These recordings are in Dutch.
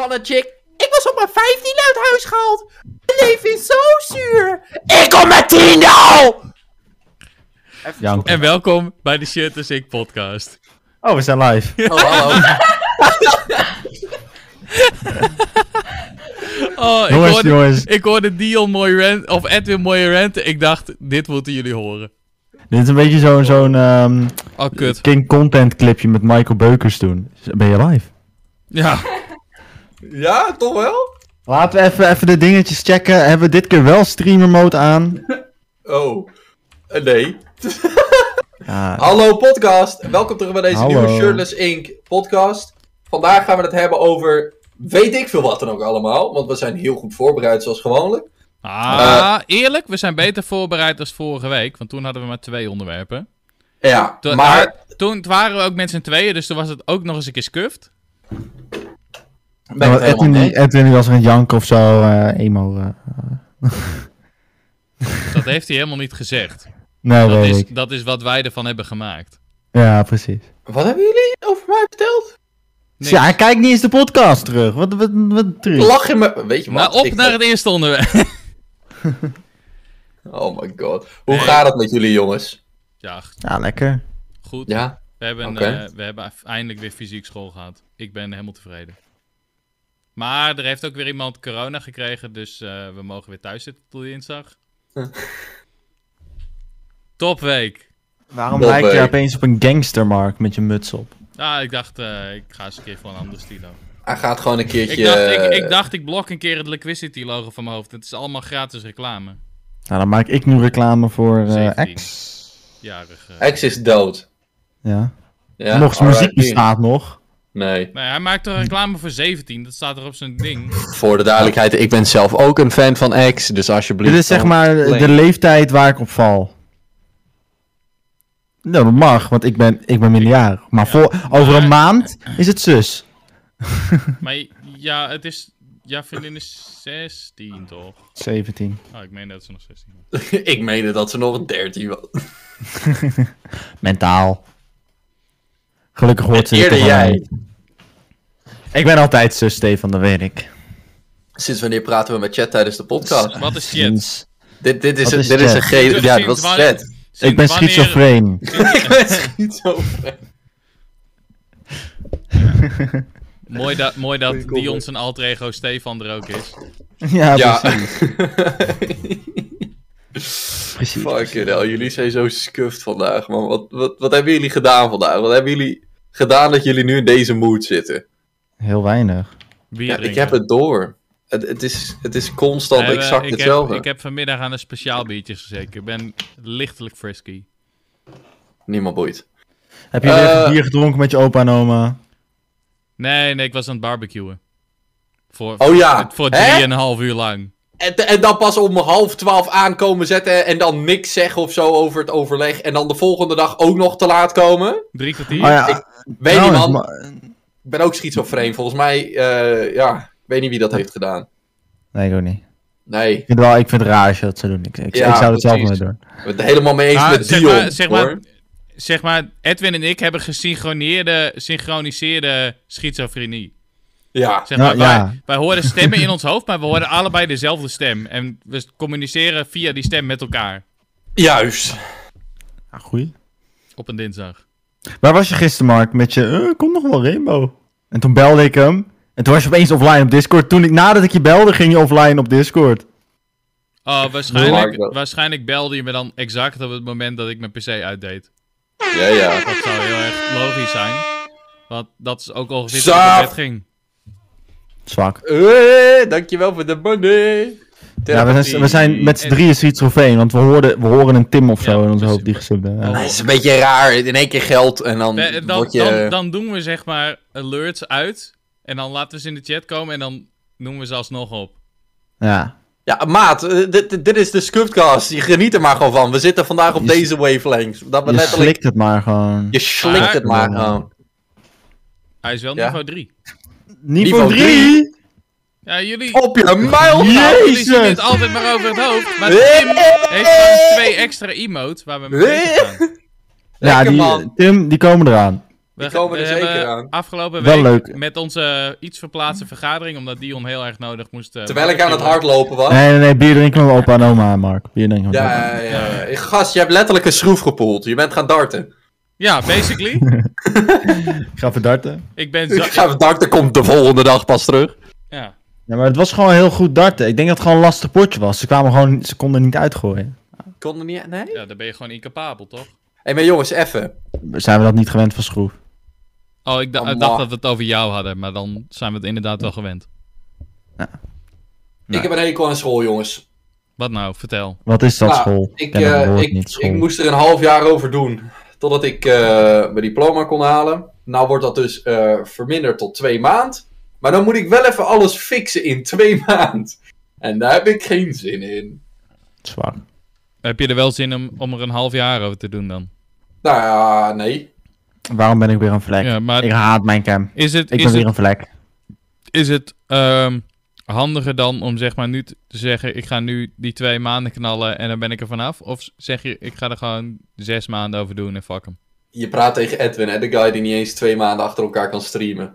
van een chick. Ik was op mijn 15 uit huis gehaald. Mijn leven is zo zuur. Ik kom met 10 nou! En welkom bij de Shit is Ik podcast. Oh, we zijn live. Oh, hallo. Jongens. Ik hoorde Dion mooi rant, of Edwin mooi ranten. Ik dacht, dit moeten jullie horen. Dit is een beetje zo'n Kut. King Content clipje met Michael Beukers toen. Ben je live? Ja. Ja, toch wel? Laten we even de dingetjes checken. Hebben we dit keer wel streamer mode aan? Oh. Nee. Ja. Hallo podcast. Welkom terug bij deze Hallo. nieuwe Shirtless Inc. podcast. Vandaag gaan we het hebben over weet ik veel wat dan ook allemaal. Want we zijn heel goed voorbereid zoals gewoonlijk. Eerlijk, we zijn beter voorbereid dan vorige week. Want toen hadden we maar 2 onderwerpen. Ja, Toen, maar... Toen waren we ook met z'n tweeën, dus toen was het ook nog eens een keer scuffed. Ben ik het helemaal mee. Edwin was er een jank of zo. Emo. Dat heeft hij helemaal niet gezegd. Nee, weet ik. Dat is wat wij ervan hebben gemaakt. Ja, precies. Wat hebben jullie over mij verteld? Niks. Ja, kijk niet eens de podcast terug. Wat terug? Lach in me... Weet je wat? Nou, naar het eerste onderwerp. Oh my god. Hoe gaat het met jullie jongens? Ja, Ja, lekker. goed. Ja? We hebben eindelijk weer fysiek school gehad. Ik ben helemaal tevreden. Maar er heeft ook weer iemand corona gekregen, dus we mogen weer thuis zitten tot dinsdag. Topweek. Waarom Top, lijkt je hè? opeens op een gangstermark met je muts op? Ja, ik dacht, ik ga eens een keer voor een ander stilo. Hij gaat gewoon een keertje... Ik dacht, ik blok een keer het Liquidity logo van mijn hoofd. Het is allemaal gratis reclame. Nou, dan maak ik nu reclame voor 17. X. Jarige. X is dood. Ja. Ja, Mocht zijn muziek RIP. bestaat nog. Nee. Nee, hij maakt toch reclame voor 17. Dat staat er op zijn ding. Voor de duidelijkheid, ik ben zelf ook een fan van X, dus alsjeblieft... Dit is zeg maar de leeftijd waar ik op val. Nou, dat mag, want ik ben minderjarig. Maar over een maand is het zus. Maar ja, het is... Ja, vriendin is 16, toch? 17. Oh, ik meen dat ze nog 16 was. Ik meende dat ze nog 13 was. Mentaal. Gelukkig hoort ze dit Eerder toch aan. jij. Ik ben altijd zus, Stefan, dat weet ik. Sinds wanneer praten we met chat tijdens de podcast? Wat is shit? Sinds- Dit is Wat is een chat? geen... Ja, dat was chat. Ik ben schizofreen. Ik ben niet zo fan. Mooi dat Goeie Dion comment. zijn alter ego Stefan er ook is. Ja, Ja. precies. Precies. Fucking hell, jullie zijn zo scuffed vandaag, man. Wat hebben jullie gedaan vandaag? Wat hebben jullie gedaan dat jullie nu in deze mood zitten? Heel weinig. Bier Ja, ik drinken. heb het door. Het is constant exact hetzelfde. Ik heb vanmiddag aan een speciaal biertje gezeten. Ik ben lichtelijk frisky. Niemand boeit. Heb je even bier gedronken met je opa en oma? Nee, ik was aan het barbecuen. Oh ja, Voor hè? 3,5 uur lang. En dan pas om 11:30 aankomen zetten en dan niks zeggen of zo over het overleg. En dan de volgende dag ook nog te laat komen. 3 kwartier. Oh ja. Weet niet, man. maar- Ik ben ook schizofreen. Volgens mij, ik weet niet wie dat heeft gedaan. Nee, ik ook niet. Nee, Ik vind het raar als je dat zou doen. Ik Ja, zou het zelf precies. nooit doen. ik ben het helemaal mee eens met Dion, hoor. Zeg maar, Edwin en ik hebben gesynchroniseerde schizofrenie. Ja, Zeg maar, Nou, ja. wij horen stemmen in ons hoofd, maar we horen allebei dezelfde stem. En we communiceren via die stem met elkaar. juist. Ja, goeie. Op een dinsdag. Waar was je gisteren, Mark? Met je, komt nog wel Rainbow. En toen belde ik hem. En toen was je opeens offline op Discord. Nadat ik je belde, ging je offline op Discord. Oh, Mark, waarschijnlijk belde je me dan exact op het moment dat ik mijn PC uitdeed. Ja. Dat zou heel erg logisch zijn. Want dat is ook ongeveer Zo. toen ik naar bed ging. Zwak. Dankjewel voor de money. Ja, we zijn met z'n drieën schizofreen. Want we horen een Tim of zo in onze hoofd die gesubde. Ja. Het is een beetje raar. In één keer geld en dan word je... Dan doen we zeg maar alerts uit. En dan laten we ze in de chat komen en dan noemen we ze alsnog op. Ja. Ja, maat, dit is de Scuffcast. Je geniet er maar gewoon van. We zitten vandaag op deze wavelength. Dat we Je letterlijk... slikt het maar gewoon. Je slikt Maar- het maar gewoon. Hij is wel Ja? niveau 3. Niveau Niveau 3! Ja, jullie... Op je muil! Jullie zien Jezus! het altijd maar over het hoofd. Maar Tim heeft gewoon 2 extra emotes waar we mee bezig gaan. Ja, Lekker, man. Tim, die komen eraan. Die komen er zeker hebben aan. Afgelopen Wel week leuk. met onze iets verplaatste vergadering, omdat Dion heel erg nodig moest... Terwijl ik aan het hardlopen was. Nee, bier drinken met opa en oma, Mark. Bier drinken met opa. Ja. Gast, je hebt letterlijk een schroef gepoeld. Je bent gaan darten. Ja, basically. Ik ga verdarten. Ik ben Ik ga even darten, komt de volgende dag pas terug. Ja. Ja, maar het was gewoon heel goed darten. Ik denk dat het gewoon een lastig potje was. Ze konden niet uitgooien. Kon er niet... Nee? Ja, dan ben je gewoon incapabel, toch? Hé, maar jongens, even. Zijn we dat niet gewend van schroef? Oh, ik Oh, dacht dat we het over jou hadden, maar dan zijn we het inderdaad wel gewend. Ik heb een hekel aan school, jongens. Wat nou? Vertel. Wat is dat Nou, school? Ik, ken dat woord niet, ik school. moest er een half jaar over doen. Totdat ik mijn diploma kon halen. Nou wordt dat dus verminderd tot 2 maanden. Maar dan moet ik wel even alles fixen in 2 maanden. En daar heb ik geen zin in. Zwaar. Heb je er wel zin om er een half jaar over te doen dan? Nou ja, nee. Waarom ben ik weer een vlek? Ja, maar Ik haat mijn cam. is het, Ik is ben weer het, een vlek. is het handiger dan om zeg maar nu te zeggen, ik ga nu die 2 maanden knallen en dan ben ik er vanaf? Of zeg je, ik ga er gewoon 6 maanden over doen en fuck hem? Je praat tegen Edwin, hè? De guy die niet eens 2 maanden achter elkaar kan streamen.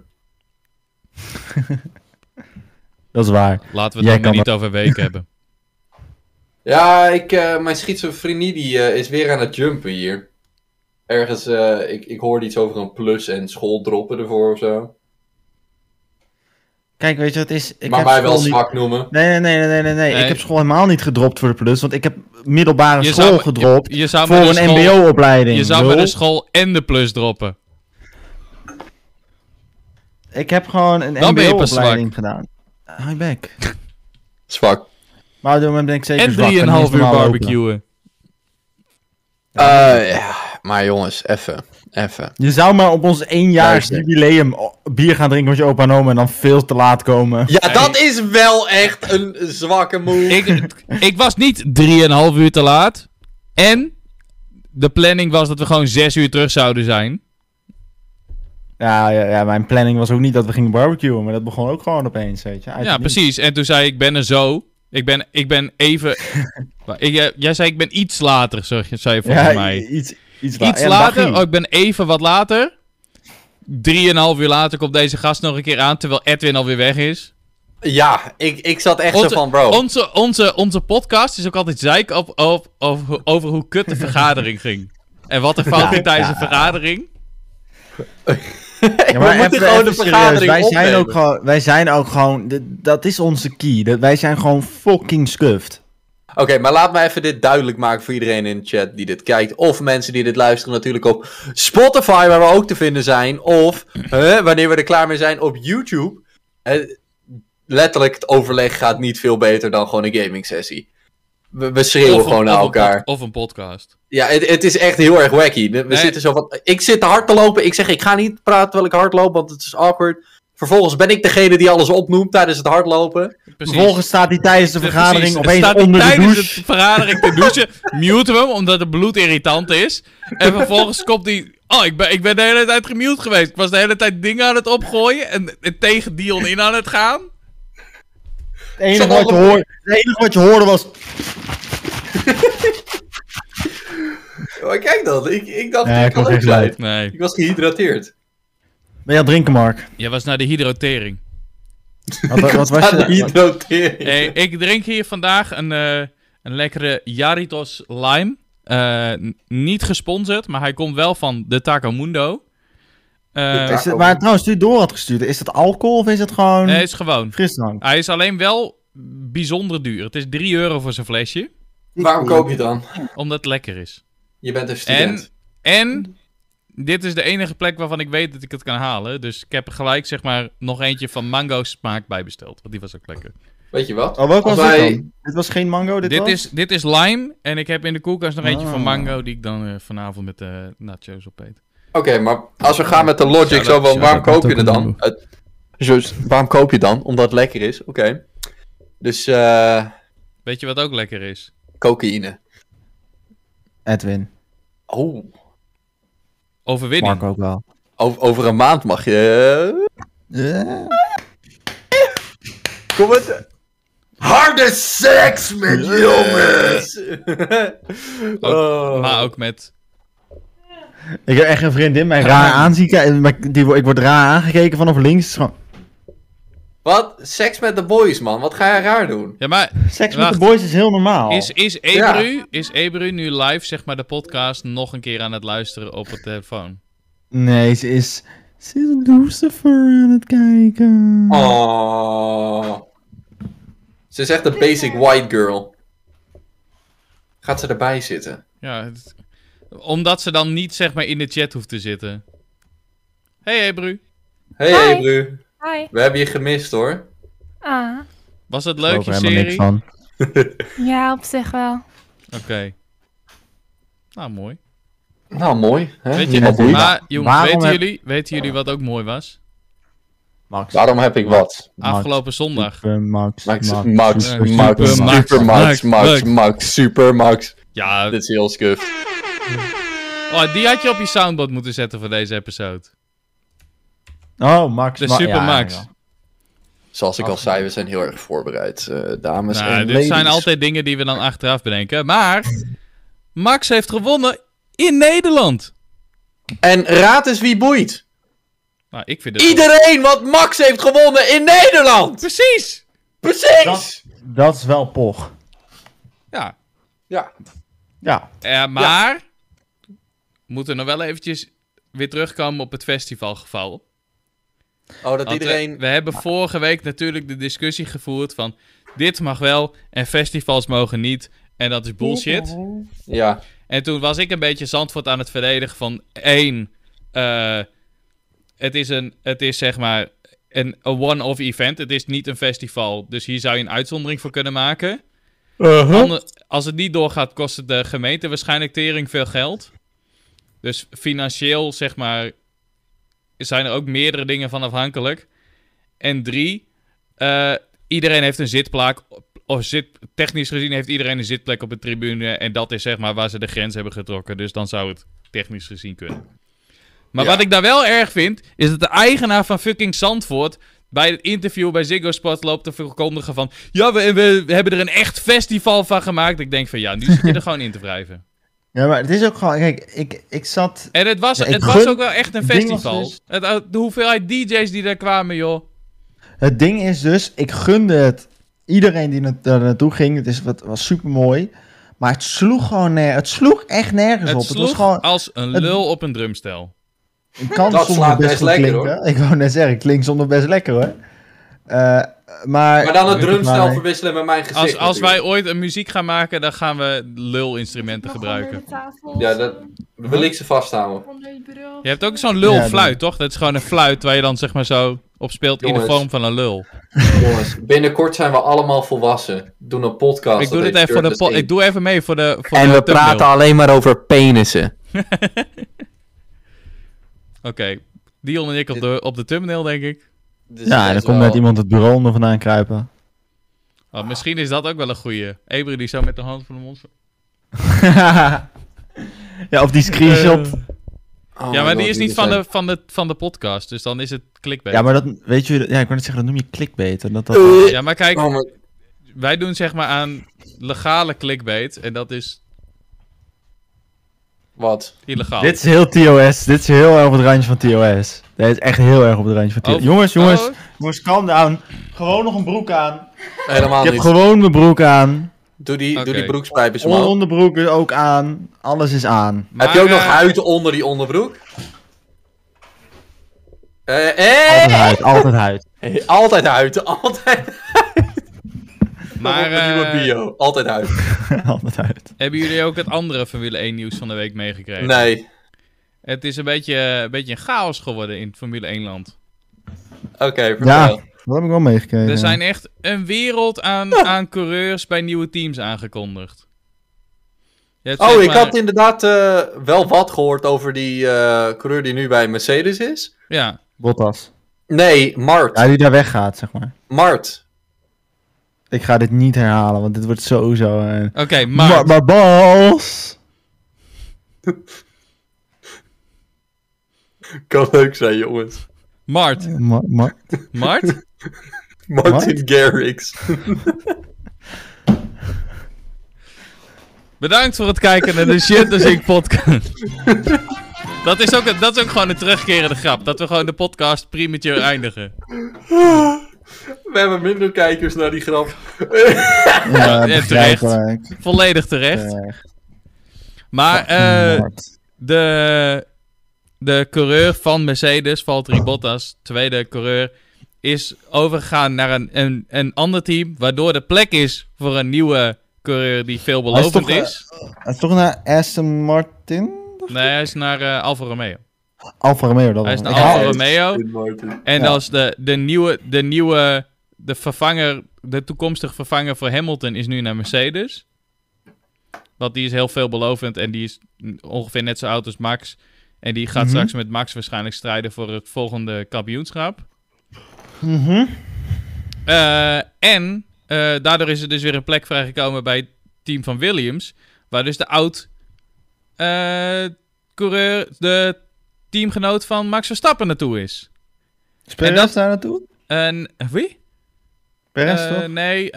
Dat is waar. Laten we Jij het dan kan niet over weken hebben. Ja, mijn schizofrenie die is weer aan het jumpen hier. Ergens, ik hoorde iets over een plus en school droppen ervoor of zo. Kijk, weet je wat het is? Ik Maar heb mij wel school niet- zwak noemen. Nee. Ik heb school helemaal niet gedropt voor de plus. Want ik heb middelbare Je school zou- gedropt Je zou voor bij een de school- mbo-opleiding. Je zou bij de lul. school en de plus droppen. Ik heb gewoon een Dan ben je pas mbo-opleiding gedaan. Hi back. Zwak. Maar op dit moment ben ik zeker En zwak. 3,5 kan uur niet normaal lopen. barbecuen. Ja, maar jongens, even. Je zou maar op ons 1-jaars Luister. jubileum bier gaan drinken met je opa en oma en dan veel te laat komen. Ja, dat is wel echt een zwakke move. Ik was niet 3,5 uur te laat. En de planning was dat we gewoon 6 uur terug zouden zijn. Ja, mijn planning was ook niet dat we gingen barbecuen, maar dat begon ook gewoon opeens, weet je. Uit Ja, het niets. precies. En toen zei ik ben er zo. Ik ben even... Jij zei ik ben iets later, zei je volgens mij. Iets Iets ja, een later? dagje. Oh, ik ben even wat later. 3,5 uur later komt deze gast nog een keer aan, terwijl Edwin alweer weg is. Ja, ik zat echt zo van, bro. Onze podcast is ook altijd zeik over hoe kut de vergadering ging. En wat er fout ging tijdens de vergadering. Ja, maar we moeten even gewoon de serieus, vergadering wij zijn ook gewoon, dat is onze key. Wij zijn gewoon fucking scuffed. Oké, maar laat me even dit duidelijk maken voor iedereen in de chat die dit kijkt. Of mensen die dit luisteren natuurlijk op Spotify, waar we ook te vinden zijn. Of, wanneer we er klaar mee zijn, op YouTube. Letterlijk, het overleg gaat niet veel beter dan gewoon een gaming sessie. We schreeuwen gewoon naar elkaar. Of een podcast. Ja, het is echt heel erg wacky. We zitten zo van, ik zit te hard te lopen. Ik zeg, ik ga niet praten terwijl ik hard loop, want het is awkward. Vervolgens ben ik degene die alles opnoemt tijdens het hardlopen. Precies. Vervolgens staat hij tijdens de vergadering Precies. opeens Staat hij onder de tijdens douche. de vergadering te douchen, muten we hem, omdat het bloed irritant is. En vervolgens komt hij... Oh, ik ben de hele tijd gemute geweest. Ik was de hele tijd dingen aan het opgooien en tegen Dion in aan het gaan. Het enige wat je hoorde was... Maar kijk dan, ik dacht, Ja, ik ik kan was ook echt zijn. leuk. Nee. Ik was gehydrateerd. Ben je aan het drinken, Mark? Jij was naar de hydrotering. Wat was Aan de je? hydrotering. Hey, ik drink hier vandaag een lekkere Jaritos Lime. Niet gesponsord, maar hij komt wel van de Tacomundo. Maar trouwens, die door had gestuurd. Is dat alcohol of is het gewoon Nee, het is gewoon. frisdrank? Hij is alleen wel bijzonder duur. Het is €3 voor zijn flesje. Waarom koop je het dan? Omdat het lekker is. Je bent een student. En dit is de enige plek waarvan ik weet dat ik het kan halen. Dus ik heb er gelijk zeg maar nog eentje van mango smaak bij besteld. Want die was ook lekker. Weet je wat? Oh, welke was Als wij- dit dan? Dit was geen mango, Dit is lime. En ik heb in de koelkast nog eentje van Ah. mango. Die ik dan vanavond met nachos opeet. Oké, maar als we gaan met de logic zo van, waarom koop je het dan? Waarom koop je het dan? Omdat het lekker is? Oké. Dus, Weet je wat ook lekker is? cocaïne. Edwin. Oh. Overwinning. Mark ook wel. Over een maand mag je... Kom het... Harde seks met jongens! Oh. Maar ook met... Ik heb echt een vriendin mij raar aanzien kijken. Ik word raar aangekeken vanaf links. Het is gewoon... Wat? Seks met de boys, man. Wat ga je raar doen? Ja, maar... Seks met Wacht. de boys is heel normaal. Is Ebru nu live, zeg maar, de podcast nog een keer aan het luisteren op het telefoon? Nee, ze is Lucifer aan het kijken. Oh. Ze is echt een basic white girl. Gaat ze erbij zitten? Ja, omdat ze dan niet, zeg maar, in de chat hoeft te zitten. Hey Ebru. Hey Hi. Ebru. Hi. We hebben je gemist, hoor. Ah, Was het Ik leuk, geloof je er helemaal niks serie? van. ja, op zich wel. Oké. Nou, mooi. Nou, mooi. Hè? Weet je, Niemand boeit. maar jongens, Waarom weten jullie wat ook mooi was? Max. Waarom heb ik wat? Afgelopen zondag. Max. Max, Super Max. Ja, Dit is heel scuf. oh, die had je op je soundboard moeten zetten voor deze episode. Oh, Max. De Super Max. Ja. Zoals ik al zei, we zijn heel erg voorbereid, dames Nou, en dit ladies. zijn altijd dingen die we dan achteraf bedenken. Maar Max heeft gewonnen in Nederland. En raad eens wie boeit. Nou, ik vind het Iedereen, want Max heeft gewonnen in Nederland! Precies! Precies! Dat is wel poch. Ja. Ja. Ja. Maar we moeten nog wel eventjes weer terugkomen op het festivalgeval. Oh, dat Want iedereen... we hebben vorige week natuurlijk de discussie gevoerd van... Dit mag wel en festivals mogen niet. En dat is bullshit. Ja. En toen was ik een beetje Zandvoort aan het verdedigen van... 1. Het is zeg maar een one-off event. Het is niet een festival. Dus hier zou je een uitzondering voor kunnen maken. Als het niet doorgaat, kost het de gemeente waarschijnlijk tering veel geld. Dus financieel, zeg maar, zijn er ook meerdere dingen van afhankelijk. En 3, iedereen heeft een zitplek. Technisch gezien heeft iedereen een zitplek op de tribune. En dat is zeg maar waar ze de grens hebben getrokken. Dus dan zou het technisch gezien kunnen. Maar Ja. wat ik daar wel erg vind, is dat de eigenaar van fucking Zandvoort... bij het interview bij Ziggo Sport loopt te verkondigen van... Ja, we hebben er een echt festival van gemaakt. Ik denk van, ja, nu zit je er gewoon in te wrijven. Ja, maar het is ook gewoon... Kijk, ik zat... En het was, Ja, ik het was gun- ook wel echt een het ding was festival. dus- De hoeveelheid DJ's die daar kwamen, joh. Het ding is dus, ik gunde het iedereen die daar naartoe ging. Het was super mooi. Maar het sloeg gewoon het sloeg echt nergens Het op. sloeg Het was gewoon... als een lul op een drumstel. Het kan Dat soms slaat best best goed lekker, klinken. Ik wou net zeggen, het klinkt soms best lekker hoor. Maar dan het drumstel maar- verwisselen met mijn gezicht. Als wij natuurlijk. ooit een muziek gaan maken, dan gaan we lulinstrumenten gebruiken. Ja, dat wil ik ze vasthouden. Je hebt ook zo'n lulfluit, Ja, toch? Dat is gewoon een fluit waar je dan zeg maar zo op speelt in de Jongens. vorm van een lul. Jongens, binnenkort zijn we allemaal volwassen. Doen een podcast. Ik doe dat dit heet even voor de Shirtless ik doe even mee voor de En de we thumbnail. praten alleen maar over penissen. Oké, Dion en ik op de thumbnail, denk ik. Dus Ja, en dan komt net iemand het bureau onder vandaan kruipen. Oh, misschien is dat ook wel een goeie. Ebru die zo met de hand voor de mond. Ja, of die screenshot. Ja, maar die is niet van de podcast, dus dan is het clickbait. Ja, maar dat, weet je, ja, ik wou net zeggen, dat noem je clickbait. En dat, Ja, maar kijk, Oh, maar... wij doen zeg maar aan legale clickbait en dat is Wat? illegaal. Dit is heel TOS. Dit is heel erg op het randje van TOS. Dit is echt heel erg op het randje van TOS. Oh, Jongens, oh. jongens, calm down. Gewoon nog een broek aan. Helemaal Ik heb niet. gewoon mijn broek aan. Doe die Oké. broekspijpers, man. Onderbroek is ook aan. Alles is aan. Maar, Heb je ook nog huid onder die onderbroek? Altijd huid, altijd huid. Altijd huid, altijd. Maar Op een nieuwe bio, altijd huid. altijd huid. hebben jullie ook het andere Formule 1 nieuws van de week meegekregen? Nee. Het is een beetje een chaos geworden in het Formule 1 land. Oké, vertel. Ja, dat heb ik wel meegekregen. Er zijn echt een wereld aan coureurs bij nieuwe teams aangekondigd. Je hebt, Oh, zeg ik maar- had inderdaad wel wat gehoord over die coureur die nu bij Mercedes is. Ja, Bottas. Nee, Mart. Ja, die daar weggaat, zeg maar. Mart. Ik ga dit niet herhalen, want dit wordt sowieso... oké, maar... Maar Bas! Kan leuk zijn, jongens. Mart. Mart? Martin Garrix. Bedankt voor het kijken naar de Shit Ink podcast. Dat is ook gewoon een terugkerende grap. Dat we gewoon de podcast premature eindigen. We hebben minder kijkers naar die grap. Ja, terecht. begrijpelijk. Volledig terecht. Maar de coureur van Mercedes, Valtteri Bottas, tweede coureur, is overgegaan naar een ander team, waardoor de plek is voor een nieuwe coureur die veelbelovend is. Hij is toch naar Aston Martin? Nee, hij is naar Alfa Romeo. Alfa Romeo, dat Hij is was naar het. Alfa Romeo. En Ja. dat is de vervanger, de toekomstige vervanger voor Hamilton is nu naar Mercedes. Want die is heel veelbelovend en die is ongeveer net zo oud als Max. En die gaat straks met Max waarschijnlijk strijden voor het volgende kampioenschap. En daardoor is er dus weer een plek vrijgekomen bij het team van Williams. Waar dus de coureur, de teamgenoot van Max Verstappen naartoe is. Is Perez daar naartoe? Wie? Perez toch? Nee,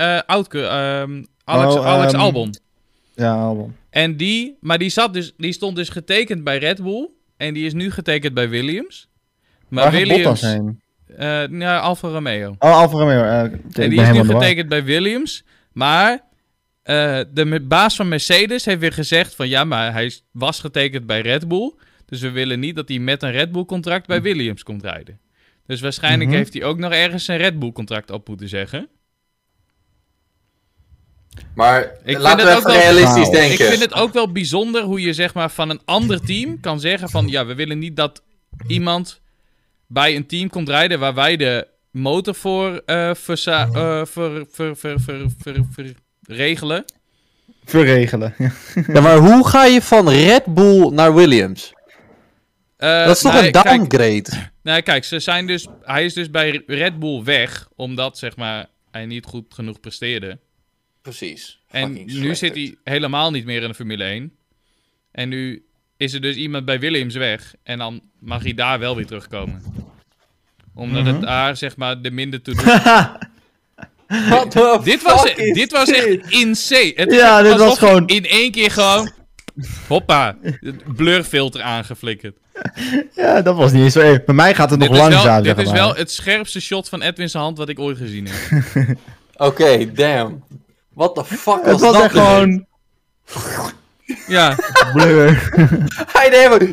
Alex Albon. Ja, Albon. En die stond dus getekend bij Red Bull. En die is nu getekend bij Williams. Maar Waar gaat Williams... Bottas heen? Naar Alfa Romeo. Oh, Alfa Romeo. En die is nu getekend bij Williams. Maar de baas van Mercedes heeft weer gezegd van... Ja, maar hij was getekend bij Red Bull. Dus we willen niet dat hij met een Red Bull contract bij Williams komt rijden. Dus waarschijnlijk heeft hij ook nog ergens een Red Bull contract op moeten zeggen. Maar laten we even realistisch denken. Ik vind het ook wel bijzonder hoe je zeg maar van een ander team kan zeggen van... Ja, we willen niet dat iemand bij een team komt rijden waar wij de motor voor regelen. Verregelen. Ja, maar hoe ga je van Red Bull naar Williams? Dat is toch een downgrade? Kijk, hij is dus bij Red Bull weg, omdat zeg maar hij niet goed genoeg presteerde. Precies. En nu zit hij helemaal niet meer in de Formule 1. En nu is er dus iemand bij Williams weg. En dan mag hij daar wel weer terugkomen. Omdat het daar, zeg maar, de minder toe doet. Dit was echt insane. Dit was gewoon... In één keer gewoon... Hoppa. Blurfilter aangeflikkerd. Ja, dat was niet eens zo even. Bij mij gaat het nog langzaam. Dit is wel het scherpste shot van Edwin's hand wat ik ooit gezien heb. Oké, damn. What the fuck Het was was dat? echt gewoon... Ja. Blur. Hij deed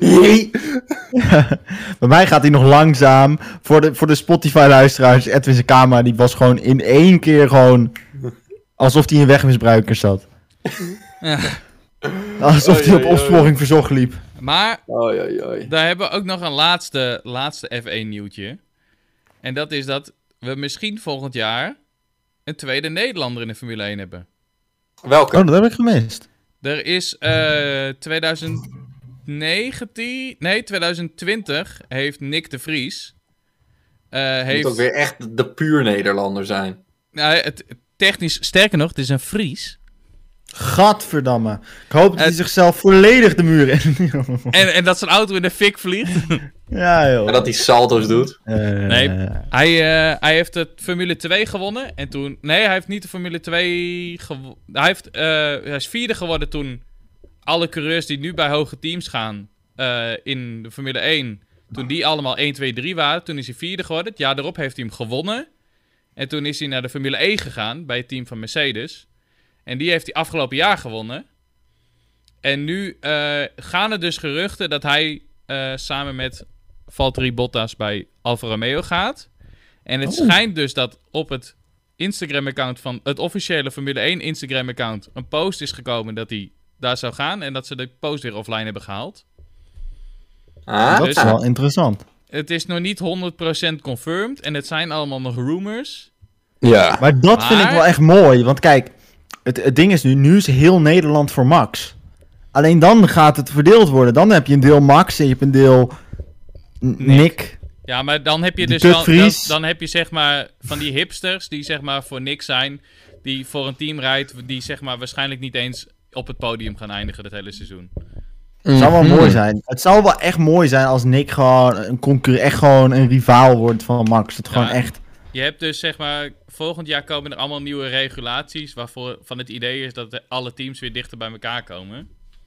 Bij mij gaat hij nog langzaam. Voor de Spotify-luisteraars, Edwin zijn camera, die was gewoon in één keer gewoon... Alsof hij een wegmisbruiker zat. Ja. Alsof hij op opsporing verzocht liep. Maar, Oei. daar hebben we ook nog een laatste F1 nieuwtje. En dat is dat we misschien volgend jaar een tweede Nederlander in de Formule 1 hebben. Welke? Oh, dat heb ik gemist. Er is 2020 heeft Nick de Vries. Moet ook weer echt de puur Nederlander zijn. Technisch, sterker nog, het is een Fries. Gadverdamme. Ik hoop dat hij zichzelf volledig de muur in... en dat zijn auto in de fik vliegt. Ja, joh. En dat hij salto's doet. Nee, hij heeft het Formule 2 gewonnen. En toen... Nee, hij heeft niet de Formule 2 gewonnen. Hij is vierde geworden toen alle coureurs die nu bij hoge teams gaan in de Formule 1... Toen die allemaal 1, 2, 3 waren, toen is hij vierde geworden. Het jaar daarop heeft hij hem gewonnen. En toen is hij naar de Formule 1 gegaan bij het team van Mercedes. En die heeft hij afgelopen jaar gewonnen. En nu gaan er dus geruchten dat hij samen met Valtteri Bottas bij Alfa Romeo gaat. En het schijnt dus dat op het Instagram-account van het officiële Formule 1 Instagram-account een post is gekomen dat hij daar zou gaan. En dat ze de post weer offline hebben gehaald. Dat is wel interessant. Het is nog niet 100% confirmed en het zijn allemaal nog rumors. Ja. Maar dat vind ik wel echt mooi. Want kijk, het ding is nu is heel Nederland voor Max. Alleen dan gaat het verdeeld worden. Dan heb je een deel Max en je hebt een deel Nick. Ja, maar dan heb je dus dan heb je zeg maar van die hipsters die zeg maar voor niks zijn, die voor een team rijdt, die zeg maar waarschijnlijk niet eens op het podium gaan eindigen dit hele seizoen. Het zou wel mooi zijn. Het zou wel echt mooi zijn als Nick gewoon een concurrent, echt gewoon een rivaal wordt van Max. Het gewoon echt... Je hebt dus zeg maar, volgend jaar komen er allemaal nieuwe regulaties, waarvoor van het idee is dat alle teams weer dichter bij elkaar komen.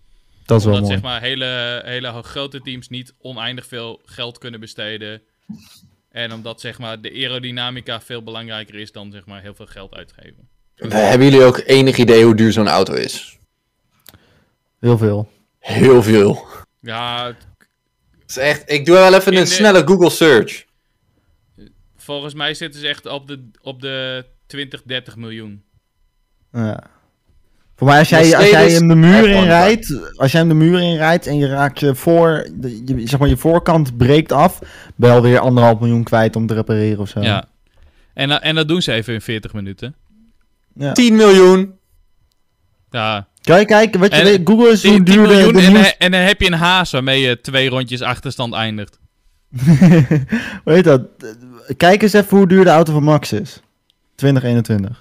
Dat is wel Omdat mooi. zeg maar hele grote teams niet oneindig veel geld kunnen besteden. En omdat zeg maar de aerodynamica veel belangrijker is dan zeg maar heel veel geld uitgeven. Hebben jullie ook enig idee hoe duur zo'n auto is? Heel veel. Heel veel. Ja, Het is echt, ik doe wel even In een de- snelle Google search. volgens mij zitten ze echt op de 20, 30 miljoen. Ja. Voor mij, als jij Mercedes hem de muur F1 inrijdt, als jij hem de muur inrijdt en je raakt je voorkant breekt af, ben je alweer 1,5 miljoen kwijt om te repareren of zo. Ja. En dat doen ze even in 40 minuten. Ja. 10 miljoen. Ja. Kijk, wat je En weet, Google is 10 hoe duur miljoen de nieuws... en dan heb je een haas waarmee je 2 rondjes achterstand eindigt. Weet dat? Kijk eens even hoe duur de auto van Max is. 2021.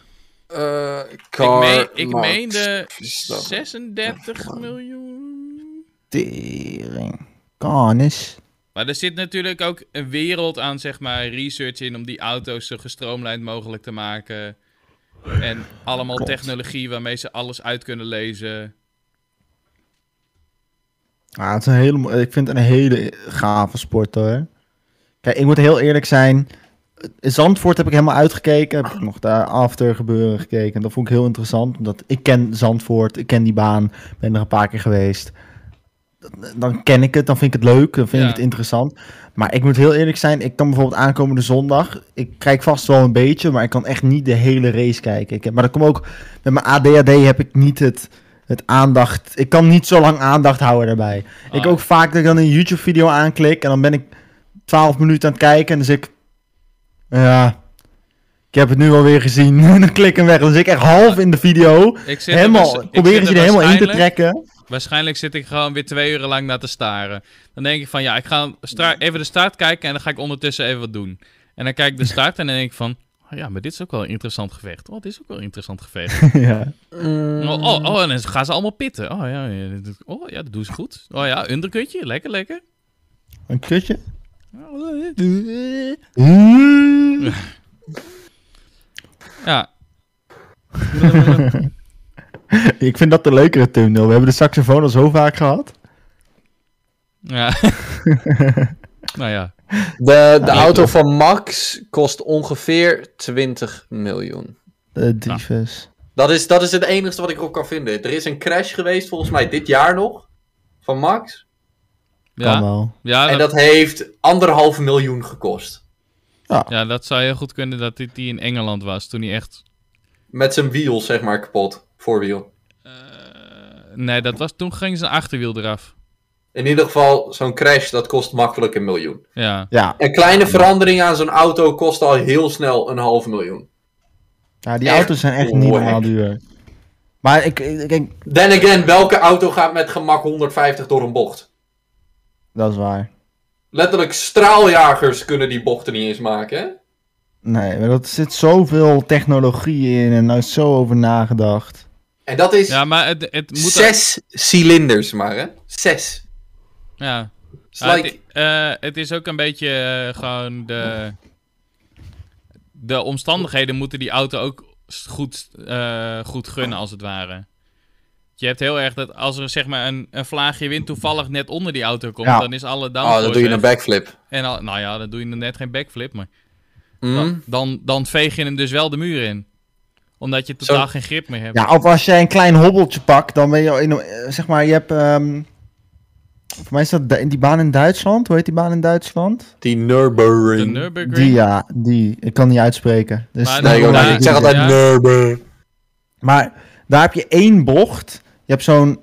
Ik meende 36 miljoen. Tering. Kanis. Maar er zit natuurlijk ook een wereld aan, zeg maar, research in om die auto's zo gestroomlijnd mogelijk te maken. En allemaal technologie waarmee ze alles uit kunnen lezen. Ah, het is ik vind het een hele gave sport hoor. Kijk, ik moet heel eerlijk zijn. Zandvoort heb ik helemaal uitgekeken. Heb ik nog daar after gebeuren gekeken. En dat vond ik heel interessant. Omdat ik ken Zandvoort, ik ken die baan. Ben er een paar keer geweest. Dan ken ik het, dan vind ik het leuk. Dan vind ik het interessant. Maar ik moet heel eerlijk zijn. Ik kan bijvoorbeeld aankomende zondag. Ik kijk vast wel een beetje. Maar ik kan echt niet de hele race kijken. Maar dat komt ook... Met mijn ADHD heb ik niet het aandacht... Ik kan niet zo lang aandacht houden daarbij. Ik ook vaak dat ik dan een YouTube-video aanklik. En dan ben ik 12 minuten aan het kijken. En dan zeg ik... Ja... Ik heb het nu alweer gezien. En dan klik ik hem weg. Dan zit ik echt half in de video. Proberen ze er helemaal in te trekken. Waarschijnlijk zit ik gewoon weer 2 uur lang naar te staren. Dan denk ik van, ja, ik ga even de start kijken en dan ga ik ondertussen even wat doen. En dan kijk ik de start en dan denk ik van, oh ja, maar dit is ook wel een interessant gevecht. Oh, dit is ook wel een interessant gevecht. Ja. Oh, en dan gaan ze allemaal pitten. Oh ja, dat doen ze goed. Oh ja, undercutje, lekker. Een kutje. Ja. Ik vind dat de leukere thumbnail. We hebben de saxofoon al zo vaak gehad. Ja. Nou ja. De auto van Max kost ongeveer 20 miljoen. Diefes. Dat is het enige wat ik erop kan vinden. Er is een crash geweest, volgens mij dit jaar nog, van Max. Kan wel. Ja, En dat heeft 1,5 miljoen gekost. Ja, dat zou heel goed kunnen dat die in Engeland was, toen hij echt... Met zijn wiel, zeg maar, kapot. Voorwiel. Nee, toen ging zijn achterwiel eraf. In ieder geval, zo'n crash, dat kost makkelijk 1 miljoen. Ja. Een kleine verandering aan zo'n auto kost al heel snel 1,5 miljoen. Ja, die auto's zijn echt niet normaal duur. Maar ik... Then again, welke auto gaat met gemak 150 door een bocht? Dat is waar. Letterlijk straaljagers kunnen die bochten niet eens maken, hè? Nee, maar er zit zoveel technologie in en daar is zo over nagedacht. En dat is Ja, maar het moet... 6 cilinders maar, hè? 6. Ja. It's like... Het is ook een beetje gewoon de omstandigheden moeten die auto ook goed gunnen, als het ware. Je hebt heel erg dat als er zeg maar een vlaagje wind toevallig net onder die auto komt, dan is alle downforce dan doe je weg. een backflip. En nou ja, dan doe je net geen backflip, maar Mm. dan veeg je hem dus wel de muur in. Omdat je totaal geen grip meer hebt. Ja, of als jij een klein hobbeltje pakt, dan ben je zeg maar, je hebt... voor mij is dat die baan in Duitsland. Hoe heet die baan in Duitsland? Die Nürburgring. De Nürburgring. Die, ja. Die. Ik kan niet uitspreken. Dus Maar Nee, ik zeg altijd Ja. Nürburgring. Maar daar heb je 1 bocht. Je hebt zo'n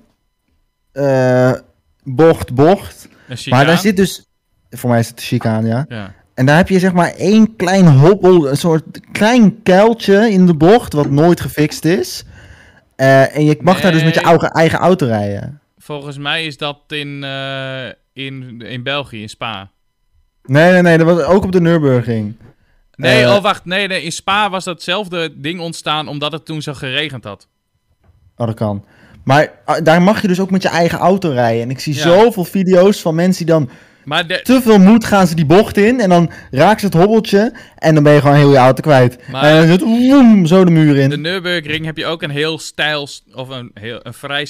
bocht. Een chicane. Maar daar zit dus... Voor mij is het de chicane, ja. Ja. En daar heb je zeg maar 1 klein hobbel, een soort klein kuiltje in de bocht, wat nooit gefixt is. En je mag daar dus met je eigen auto rijden. Volgens mij is dat in België, in Spa. Nee, dat was ook op de Nürburgring. Nee, wacht. Nee, in Spa was datzelfde ding ontstaan omdat het toen zo geregend had. Oh, dat kan. Maar daar mag je dus ook met je eigen auto rijden. En ik zie zoveel video's van mensen die dan Maar te veel moed gaan ze die bocht in. En dan raken ze het hobbeltje. En dan ben je gewoon heel je auto kwijt. Maar- En dan zit woem, zo de muur in. de Nürburgring heb je ook een heel stijl, of een vrij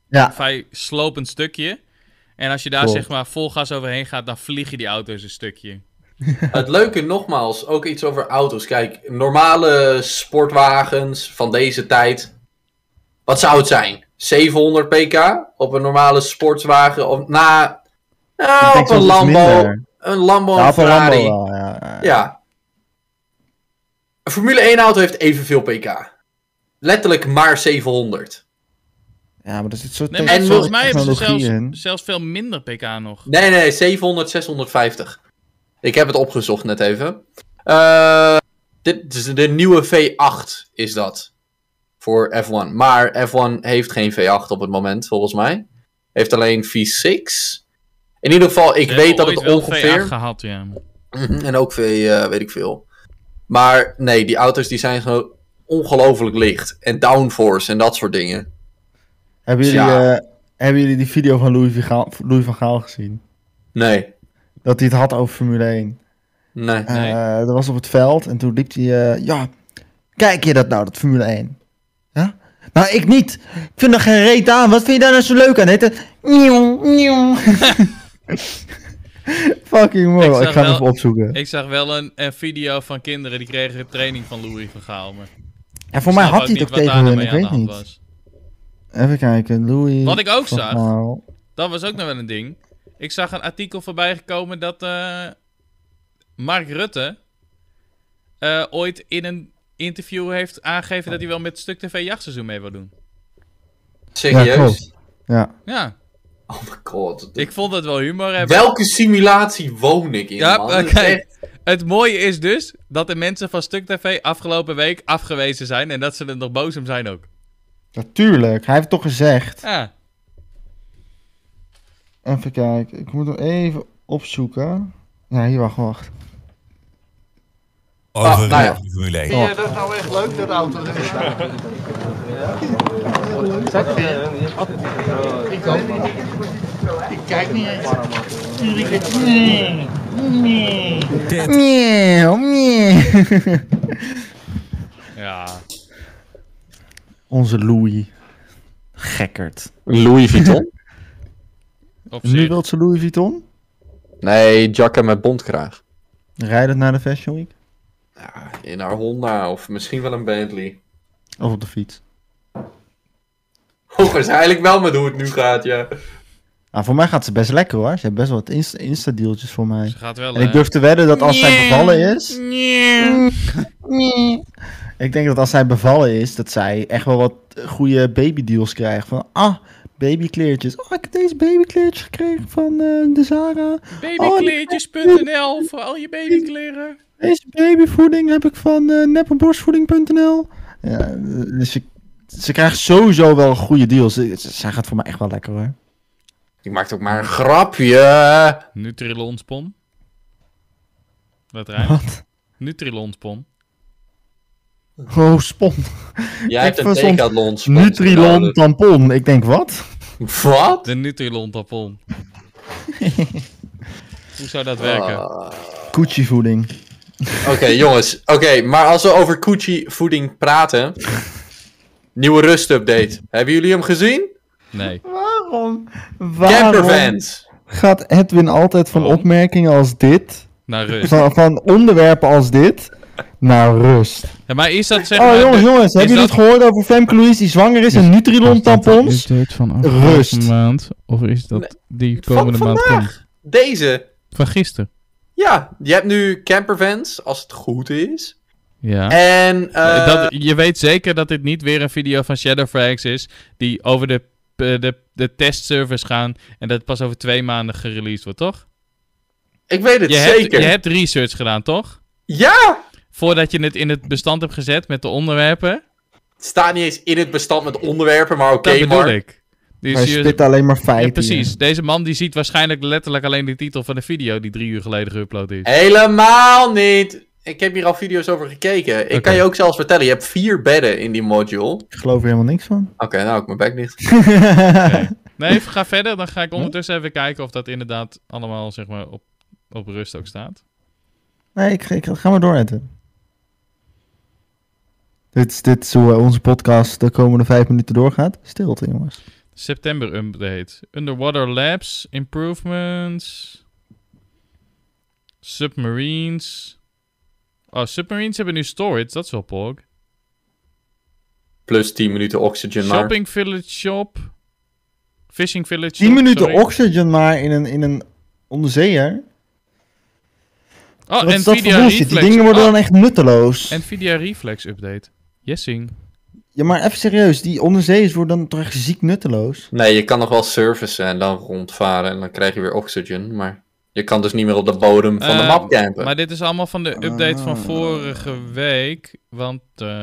vrij slopend stukje. En als je daar zeg maar vol gas overheen gaat, dan vliegen die auto's een stukje. Het leuke nogmaals, ook iets over auto's. Kijk, normale sportwagens van deze tijd. Wat zou het zijn? 700 pk op een normale sportwagen? Op een Lambo. Een Lambo, een Ferrari. Ja. Een Formule 1 auto heeft evenveel pk. Letterlijk maar 700. Ja, maar dat zit zo nee, maar volgens mij hebben ze zelfs veel minder pk nog. Nee, 700, 650. Ik heb het opgezocht net even. Dit is de nieuwe V8 is dat. Voor F1. Maar F1 heeft geen V8 op het moment, volgens mij. Heeft alleen V6. In ieder geval, ik weet dat het ongeveer... V8 gehad, ja. En ook weet ik veel. Maar nee, die auto's die zijn gewoon ongelooflijk licht. En downforce en dat soort dingen. Hebben jullie die video van Louis van Gaal gezien? Nee. Dat hij het had over Formule 1. Nee. Dat was op het veld en toen liep hij... kijk je dat nou, dat Formule 1? Ja? Nou, ik niet. Ik vind er geen reet aan. Wat vind je daar nou zo leuk aan? Heet Fucking mooi. Ik ga hem even opzoeken. Ik zag wel een video van kinderen die kregen training van Louis van Gaal. En voor mij had hij het ook tegen hun, ik weet niet. Was. Even kijken, Louis. Wat ik ook zag, dat was ook nog wel een ding. Ik zag een artikel voorbij gekomen dat Mark Rutte ooit in een interview heeft aangegeven dat hij wel met Stuk TV jachtseizoen mee wil doen. Serieus? Ja. Oh my god. Ik vond het wel humor hebben. Welke simulatie woon ik in, man? Kijk, het mooie is dus dat de mensen van Stuk TV afgelopen week afgewezen zijn en dat ze er nog boos om zijn ook. Natuurlijk, hij heeft het toch gezegd. Ja. Even kijken, ik moet hem even opzoeken. Ja, hier, wacht. Over Formule 1. Vind je dat nou echt leuk, dat auto erin staat? Ik ook niet. Ik kijk niet eens. Ja. Onze Louis. Gekkerd. Louis Vuitton? Nu wilt ze Louis Vuitton? Nee, jacken met bontkraag. Rijden naar de Fashion Week? Ja, in haar Honda of misschien wel een Bentley. Of op de fiets? Waarschijnlijk wel met hoe het nu gaat, ja. Nou, voor mij gaat ze best lekker hoor. Ze heeft best wel wat Insta-dealtjes voor mij. Ze gaat wel, en ik durf te wedden dat als zij bevallen is... Ik denk dat als zij bevallen is, dat zij echt wel wat goede babydeals krijgt. Van, babykleertjes. Oh, ik heb deze babykleertjes gekregen van de Zara. Babykleertjes.nl voor al je babykleren. Deze babyvoeding heb ik van neppenborstvoeding.nl. Ja, dus ze krijgt sowieso wel goede deals. Zij gaat voor mij echt wel lekker hoor. Ik maak ook maar een grapje. Nutrilonspon. Wat rijdt? Wat? Nutrilonspon. Oh, spon. Jij hebt een Decathlon spon. Nutrilon tampon. Ik denk, wat? Wat? De Nutrilon tampon. Hoe zou dat werken? Coochie voeding. Oké, jongens. Oké, maar als we over Coochie voeding praten. Nieuwe rustupdate. Hebben jullie hem gezien? Nee. Waarom Campervans. Gaat Edwin altijd van opmerkingen als dit... Naar rust. Van onderwerpen als dit... naar rust. Ja, maar is dat zeg maar... Oh jongens, hebben jullie het gehoord over Femke Louise die zwanger is en Nutrilon tampons? Is dit van rust. Maand? Of is dat die komende maand komt? Deze. Van gisteren. Ja, je hebt nu campervans, als het goed is. Ja. En... je weet zeker dat dit niet weer een video van Shadowfax is... die over de testservers gaan... en dat pas over 2 maanden gereleased wordt, toch? Ik weet het zeker. Je hebt research gedaan, toch? Ja! Voordat je het in het bestand hebt gezet met de onderwerpen. Het staat niet eens in het bestand met onderwerpen, maar oké, dat bedoel ik. Dus hij spit alleen maar feiten. Ja, precies. Deze man die ziet waarschijnlijk letterlijk alleen de titel van de video die 3 uur geleden geüpload is. Helemaal niet! Ik heb hier al video's over gekeken. Ik kan je ook zelfs vertellen, je hebt 4 bedden in die module. Ik geloof er helemaal niks van. Oké, nou, ik mijn bek niet. Okay. Nee, ga verder. Dan ga ik ondertussen even kijken of dat inderdaad allemaal zeg maar op rust ook staat. Nee, ik ga maar door, Edwin. Dit is hoe onze podcast de komende 5 minuten doorgaat. Stilte, jongens. September update. Underwater labs, improvements. Submarines. Oh, submarines hebben nu storage, dat is wel porg. Plus 10 minuten oxygen maar. Shopping village shop. Fishing village 10 shop, minuten sorry. oxygen maar in een onderzeeër. Oh, Wat is dat voor Nvidia bullshit? Reflex. Die dingen worden Oh, dan echt nutteloos. Nvidia Reflex update. Yesing. Ja, maar even serieus. Die onderzeeërs worden dan toch echt ziek nutteloos? Nee, je kan nog wel servicen en dan rondvaren en dan krijg je weer oxygen. Maar je kan dus niet meer op de bodem van de map campen. Maar dit is allemaal van de update van vorige week. Want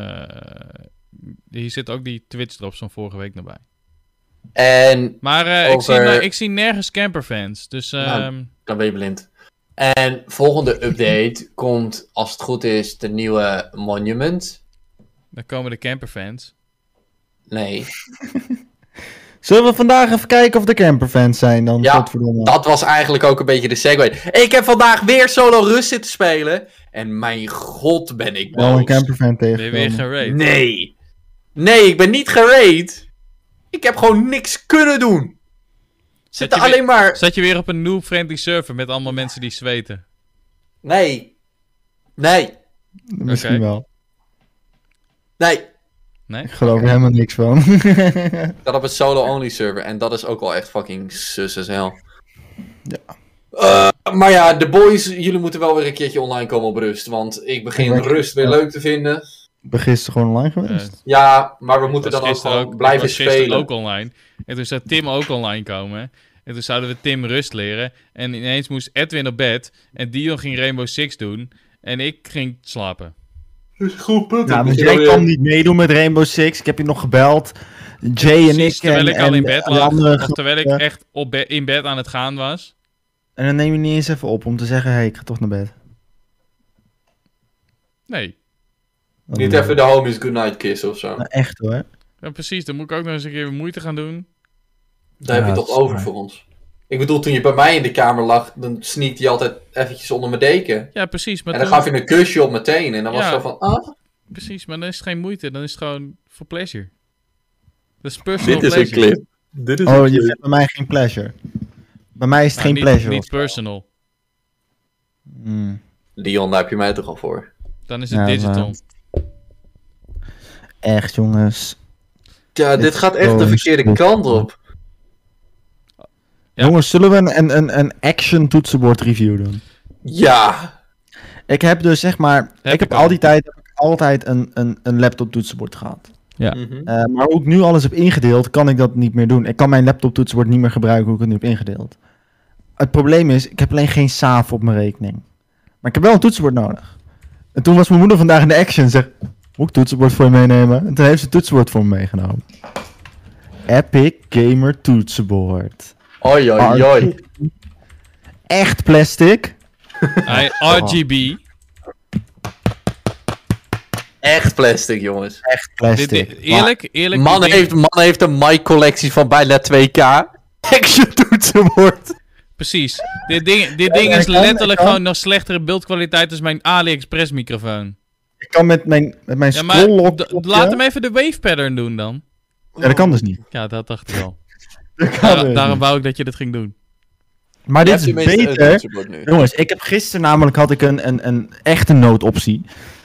hier zit ook die Twitch drops van vorige week nog bij. En Maar ik zie nergens camperfans. Dus dan ben je blind. En volgende update komt, als het goed is, de nieuwe Monument. dan komen de camperfans. Nee, Zullen we vandaag even kijken of de camperfans zijn dan? Ja, Godverdomme. dat was eigenlijk ook een beetje de segue. Ik heb vandaag weer solo rust zitten spelen. En mijn god ben ik Wel een boos. camperfan Ben je weer tegengekomen. gerate? Nee. Nee, ik ben niet gerate. Ik heb gewoon niks kunnen doen. Zitten je weer- alleen maar... Zat je weer op een noob-friendly server met allemaal mensen die zweten? Nee. Nee. Misschien Oké. wel. Nee. Nee? Ik geloof er helemaal niks van. Dat op een solo-only server. En dat is ook wel echt fucking sus as hell. Ja. Maar ja, de boys, jullie moeten wel weer een keertje online komen op rust. Want ik begin Ja. rust weer leuk te vinden. Ik ben gisteren gewoon online geweest. Ja, maar we moeten was dan ook gisteren gewoon blijven was gisteren spelen. ook online. En toen zou Tim ook online komen. En toen zouden we Tim rust leren. En ineens moest Edwin op bed. En Dion ging Rainbow Six doen. En ik ging slapen. Goed punt. Ja, maar jij kan niet meedoen met Rainbow Six. Ik heb je nog gebeld. Jay en Precies, ik terwijl ik al in bed de lag. andere Of terwijl ik gasten. echt in bed aan het gaan was. En dan neem je niet eens even op om te zeggen, hé, ik ga toch naar bed. Nee. Dan Niet even de homies goodnight kiss of zo. Nou, echt hoor. Ja, precies. Dan moet ik ook nog eens een keer moeite gaan doen. Daar heb je Ja, toch dat is over waar. voor ons. Ik bedoel, toen je bij mij in de kamer lag, dan sneakte je altijd eventjes onder mijn deken. Ja, precies. Maar En dan toen- gaf je een kusje op meteen. En dan was Ja. het zo van, ah, Precies, maar dan is het geen moeite. Dan is het gewoon voor pleasure. Dat is personal dit is een pleasure. clip. Dit is Oh, een je clip. vindt bij mij geen pleasure. Bij mij is het Nou, geen niet, pleasure. Niet personal. Hmm. Leon, daar heb je mij toch al voor. Dan is het Ja, digital. Echt jongens. Ja, dit gaat echt de gewoon verkeerde stuk. kant op. Ja. Jongens, zullen we een action toetsenbord review doen? Ja. Ik heb dus zeg maar, ik heb ik al al. die tijd altijd een laptop toetsenbord gehad. Ja. Mhm. Maar hoe ik nu alles heb ingedeeld, kan ik dat niet meer doen. Ik kan mijn laptop toetsenbord niet meer gebruiken hoe ik het nu heb ingedeeld. Het probleem is, ik heb alleen geen SAF op mijn rekening. Maar ik heb wel een toetsenbord nodig. En toen was mijn moeder vandaag in de action en zegt, moet ik toetsenbord voor je meenemen? En toen heeft ze het toetsenbord voor me meegenomen. Epic Gamer toetsenbord. Oi, oi, oi. Echt plastic. RGB. Echt plastic, jongens. Echt plastic. Eerlijk. Man heeft een mic-collectie van bijna 2K. Action toetsenbord. Precies. Dit ding is letterlijk gewoon nog slechtere beeldkwaliteit dan mijn AliExpress microfoon. Ik kan met mijn Ja, maar scrolllock... laat hem even de wave pattern doen dan. Ja, dat kan dus niet. Ja, dat dacht ik wel. Dat kan dus Daarom niet. wou ik dat je dit ging doen. Maar Je dit hebt is tenminste een beter. toetsenbord nu. Jongens, ik heb gisteren namelijk had ik een echte noodoptie.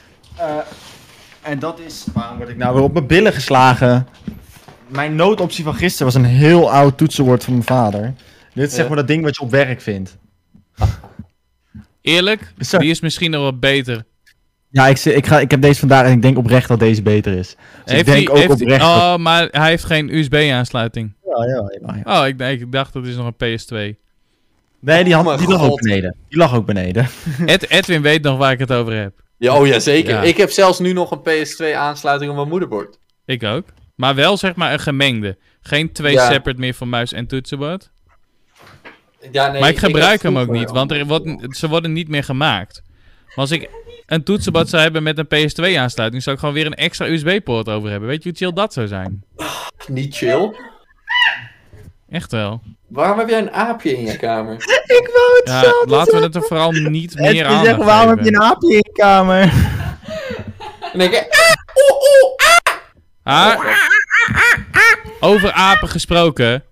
En dat is... Waarom word ik nou weer op mijn billen geslagen? Mijn noodoptie van gisteren was een heel oud toetsenbord van mijn vader. Dit is zeg maar dat ding wat je op werk vindt. Eerlijk, Zo. die is misschien nog wat beter. Ja, ik heb deze vandaag en ik denk oprecht dat deze beter is. Dus ik denk ook oprecht dat... Oh, maar hij heeft geen USB-aansluiting. Ja. Oh, ik dacht dat is nog een PS2. Nee, die Oh mijn lag ook God. beneden. Die lag ook beneden. Edwin weet nog waar ik het over heb. Ja, oh ja, zeker. Ja. Ik heb zelfs nu nog een PS2 aansluiting op mijn moederbord. Ik ook. Maar wel zeg maar een gemengde. Geen twee Ja. separate meer van muis en toetsenbord. Ja, nee, Maar ik gebruik heb hem ook vroeger- niet, want ze worden niet meer gemaakt. Maar als ik een toetsenbord zou hebben met een PS2-aansluiting, zou ik gewoon weer een extra USB-poort over hebben. Weet je hoe chill dat zou zijn? Niet chill. Echt wel. Waarom heb jij een aapje in je kamer? Ik wou het Ja, zelf laten we het er vooral niet meer Edwin aan zegt, waarom heb je een aapje in je kamer? En dan denk ik, Ah, Over apen gesproken.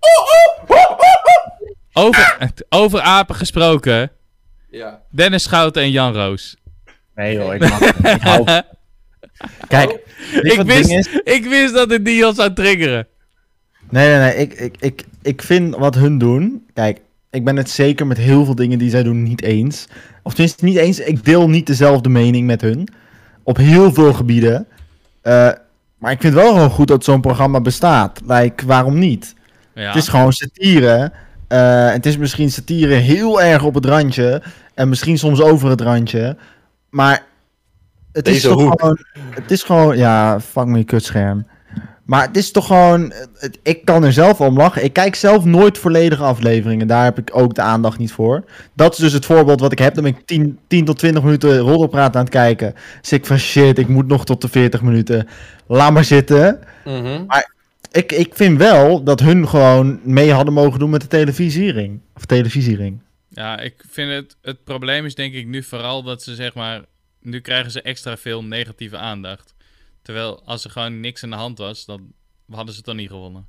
Over apen gesproken. Ja. Dennis Schouten en Jan Roos. Nee joh, ik mag het. Ik hou... Kijk, weet je wat het ding is? Ik wist dat het Dion zou triggeren. Nee. Ik vind wat hun doen... Kijk, ik ben het zeker met heel veel dingen die zij doen niet eens. Of tenminste niet eens. Ik deel niet dezelfde mening met hun. Op heel veel gebieden. Maar ik vind wel gewoon goed dat zo'n programma bestaat. Waarom niet? Ja. Het is gewoon satire. Het is misschien satire heel erg op het randje. En misschien soms over het randje. Maar het is toch gewoon... Het is gewoon... Ja, fuck me kutscherm. Maar het is toch gewoon... Ik kan er zelf om lachen. Ik kijk zelf nooit volledige afleveringen. Daar heb ik ook de aandacht niet voor. Dat is dus het voorbeeld wat ik heb. Dan ben ik 10 tot 20 minuten roddelpraat aan het kijken. Dus ik van shit, ik moet nog tot de 40 minuten. Laat maar zitten. Mhm. Maar ik vind wel dat hun gewoon mee hadden mogen doen met de televisiering. Of televisiering. Ja, ik vind het probleem is denk ik nu vooral dat ze zeg maar... Nu krijgen ze extra veel negatieve aandacht. Terwijl als er gewoon niks aan de hand was, dan hadden ze het dan niet gewonnen.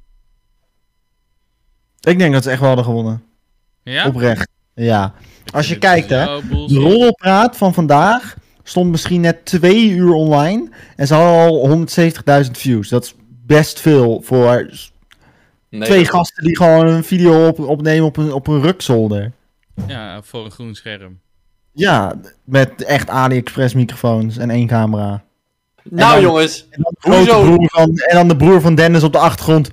Ik denk dat ze echt wel hadden gewonnen. Ja? Oprecht. Ja. Als je Dit kijkt is hè. jouw De bullshit. roddelpraat van vandaag stond misschien net 2 uur online. En ze hadden al 170.000 views. Dat is best veel voor Nee, twee gasten die gewoon een video opnemen op een rukzolder. Ja, voor een groen scherm. Ja, met echt AliExpress microfoons en 1 camera. Nou dan- jongens, En dan, Hoezo? en dan de broer van Dennis op de achtergrond.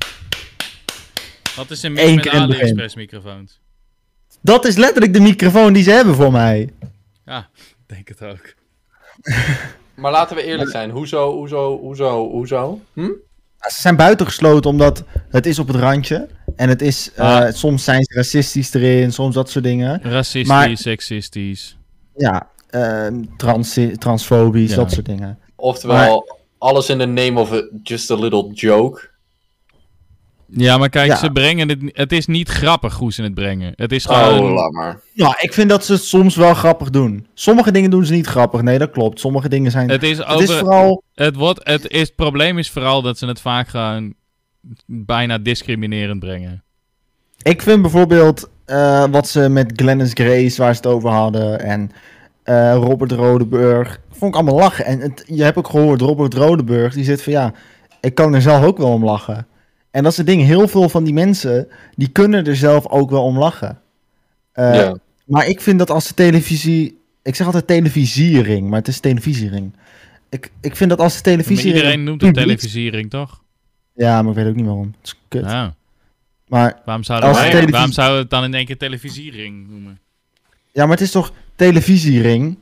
Wat is er mis Eén met keer in het begin. AliExpress microfoons? Dat is letterlijk de microfoon die ze hebben voor mij. Ja, ik denk het ook. maar laten we eerlijk zijn. Hoezo? Hm? Ze zijn buitengesloten omdat het is op het randje. En het is, soms zijn ze racistisch erin, soms dat soort dingen. Racistisch, Maar- seksistisch. Ja, transfobisch, Ja. dat soort dingen. Oftewel, alles in the name of just a little joke. Ja, maar kijk, Ja. ze brengen het... Het is niet grappig hoe ze het brengen. Het is gewoon... Oh, laat maar. Nou, ik vind dat ze het soms wel grappig doen. Sommige dingen doen ze niet grappig, nee, dat klopt. Sommige dingen zijn... Het is Het is vooral... Het probleem is vooral dat ze het vaak gewoon bijna discriminerend brengen. Ik vind bijvoorbeeld wat ze met Glennis Grace, waar ze het over hadden, en Robert Rodeburg, vond ik allemaal lachen. En je hebt ook gehoord, Robert Rodeburg, die zit van ja, ik kan er zelf ook wel om lachen. En dat is het ding, heel veel van die mensen, die kunnen er zelf ook wel om lachen. Ja. Maar ik vind dat als de televisie, ik zeg altijd televisiering, maar het is televisiering. Ik vind dat als de Maar televisiering... iedereen noemt het publiek- televisiering, toch? Ja, maar ik weet ook niet waarom. Het is kut. Ja. Maar Waarom zouden Als wij- televisie- waarom zouden we het dan in één keer televisiering noemen? ja, maar het is toch televisiering?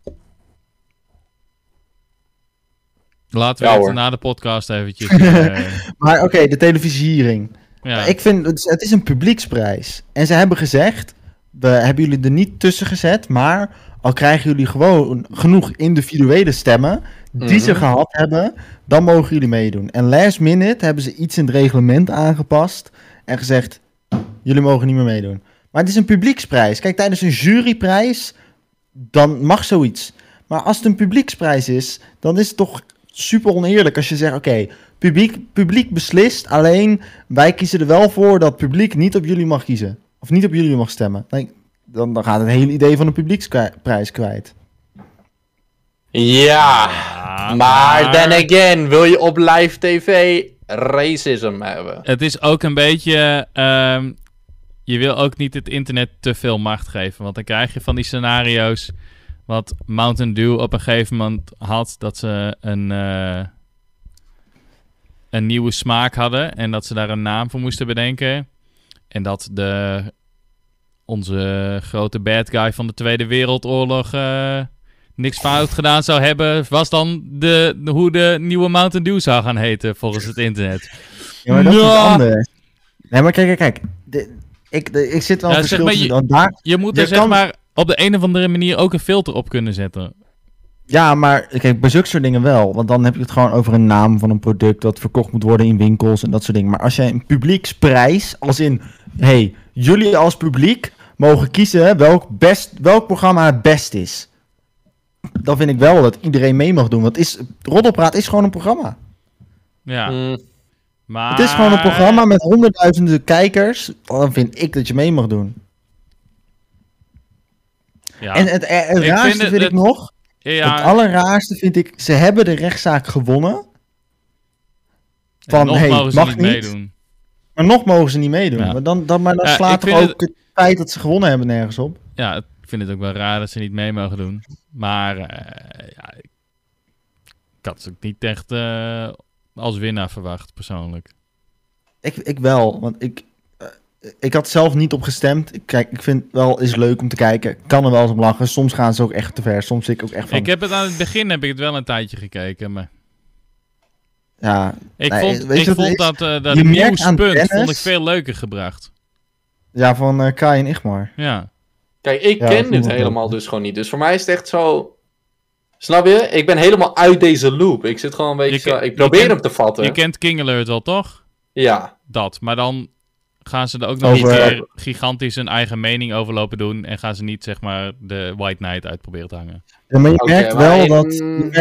Laten we Ja, het hoor. na de podcast eventjes... Maar oké, de televisiering. ja. Ik vind, het is een publieksprijs. En ze hebben gezegd, we hebben jullie er niet tussen gezet, maar al krijgen jullie gewoon genoeg individuele stemmen die ze gehad hebben, dan mogen jullie meedoen. En last minute hebben ze iets in het reglement aangepast en gezegd, jullie mogen niet meer meedoen. Maar het is een publieksprijs. Kijk, tijdens een juryprijs, dan mag zoiets. Maar als het een publieksprijs is, dan is het toch super oneerlijk als je zegt, oké, publiek beslist, alleen wij kiezen er wel voor dat publiek niet op jullie mag kiezen. Of niet op jullie mag stemmen. Nee, dan gaat het hele idee van een publieksprijs kwijt. Ja, Ja, maar then again, wil je op live tv racism hebben? Het is ook een beetje... je wil ook niet het internet te veel macht geven. Want dan krijg je van die scenario's... Wat Mountain Dew op een gegeven moment had... Dat ze een nieuwe smaak hadden. En dat ze daar een naam voor moesten bedenken. En dat onze grote bad guy van de Tweede Wereldoorlog... niks fout gedaan zou hebben... was dan hoe de nieuwe Mountain Dew zou gaan heten... volgens het internet. Ja, maar dat is iets Ja. anders. Nee, maar kijk. Ik zit wel Ja, een zeg verschil maar, tussen... want daar, Je moet Je er zeg kan- maar op de een of andere manier ook een filter op kunnen zetten. ja, maar kijk, bij zulke soort dingen wel. Want dan heb je het gewoon over een naam van een product... dat verkocht moet worden in winkels en dat soort dingen. Maar als jij een publieksprijs, als in... hey, jullie als publiek mogen kiezen welk programma het best is. Dan vind ik wel dat iedereen mee mag doen. Want Roddelpraat is gewoon een programma. Ja. Maar... Het is gewoon een programma met honderdduizenden kijkers. Dan vind ik dat je mee mag doen. Ja. En het raarste vind ik nog... Ja, Het allerraarste vind ik... Ze hebben de rechtszaak gewonnen. Van, nog hey, mogen ze mag niet niet. meedoen. Maar nog mogen ze niet meedoen. Ja. Maar dan Ja, slaat ik toch vind ook het feit dat ze gewonnen hebben nergens op. Ja, ik vind het ook wel raar dat ze niet mee mogen doen. Maar ja, ik had het ook niet echt als winnaar verwacht, persoonlijk. Ik wel, want ik had zelf niet op gestemd. Kijk, ik vind het wel is leuk om te kijken. Ik kan er wel eens om lachen. Soms gaan ze ook echt te ver. Soms zit ik ook echt van... Ik heb het aan het begin wel een tijdje gekeken, maar... Ja, Ik nee, vond, weet je ik wat vond het is? dat Je merkt aan nieuwspunt vond ik Dennis- veel leuker gebracht. Ja, van Kai en Igmar. Ja. Kijk, ik Ja, ken dat dit vond ik helemaal ook. dus gewoon niet. Dus voor mij is het echt zo... Snap je? Ik ben helemaal uit deze loop. Ik zit gewoon een beetje Je zo... ken- Ik probeer je ken- hem te vatten. Je kent King Alert wel, toch? Ja. Dat. Maar dan gaan ze er ook nog Over- een keer gigantisch hun eigen mening over lopen doen. En gaan ze niet, zeg maar, de White Knight uit proberen te hangen. Ja, maar je Oké, merkt maar wel in- dat,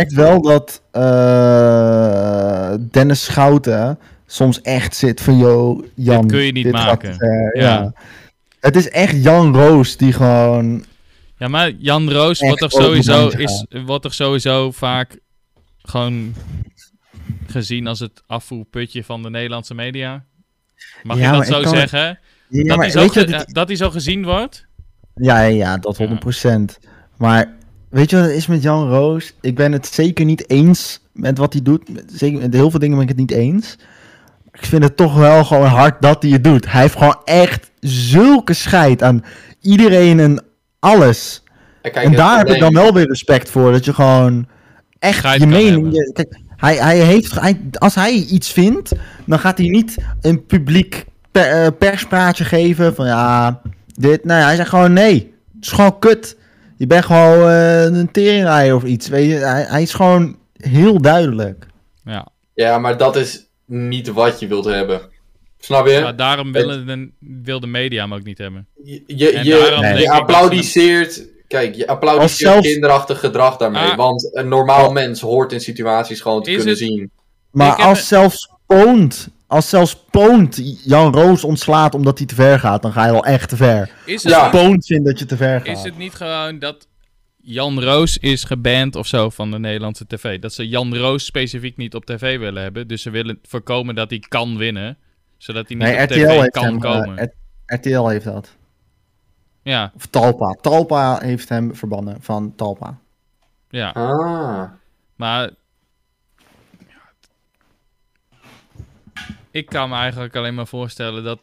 Dennis Schouten soms echt zit van, yo, Jan, kun je niet dit gaat maken. te ver. Ja. Ja. Het is echt Jan Roos die gewoon... Ja, maar Jan Roos Echt wordt toch sowieso vaak gewoon gezien als het afvoerputje van de Nederlandse media? Mag Ja, je dat maar ik zo kan- zeggen? Ja, dat, maar hij zo weet je wat dat hij zo gezien wordt? Ja, dat 100%. Maar weet je wat het is met Jan Roos? Ik ben het zeker niet eens met wat hij doet. Zeker met heel veel dingen ben ik het niet eens. Ik vind het toch wel gewoon hard dat hij het doet. Hij heeft gewoon echt zulke scheid aan iedereen en alles. Kijk, En het daar heb ik probleem- dan wel weer respect voor. Dat je gewoon echt Scheid je kan mening... hebben. Kijk, als hij iets vindt, dan gaat hij niet een publiek perspraatje geven van ja, dit. Nou ja, hij zegt gewoon nee. Het is gewoon kut. Je bent gewoon een teringleier of iets. Weet je? Hij is gewoon heel duidelijk. Ja. Ja, maar dat is niet wat je wilt hebben. Snap je? Maar daarom wil de media hem ook niet hebben. Je, En je, daarom denk je ik dat ze applaudisseert... Kijk, je applaudisseert zelfs- kinderachtig gedrag daarmee. Maar- Want een normaal mens hoort in situaties gewoon te Is kunnen het- zien. Maar Ik heb als zelfs Poont Jan Roos ontslaat omdat hij te ver gaat, dan ga je wel echt te ver. Is het, Ja. Poont vindt dat je te ver gaat. is het niet gewoon dat Jan Roos is geband of zo van de Nederlandse tv? Dat ze Jan Roos specifiek niet op tv willen hebben. Dus ze willen voorkomen dat hij kan winnen. Zodat hij niet Nee, op RTL tv heeft kan hem, komen. RTL heeft dat. Ja, Of Talpa. Talpa heeft hem verbannen van Talpa. ja. Ah. Maar... Ik kan me eigenlijk alleen maar voorstellen dat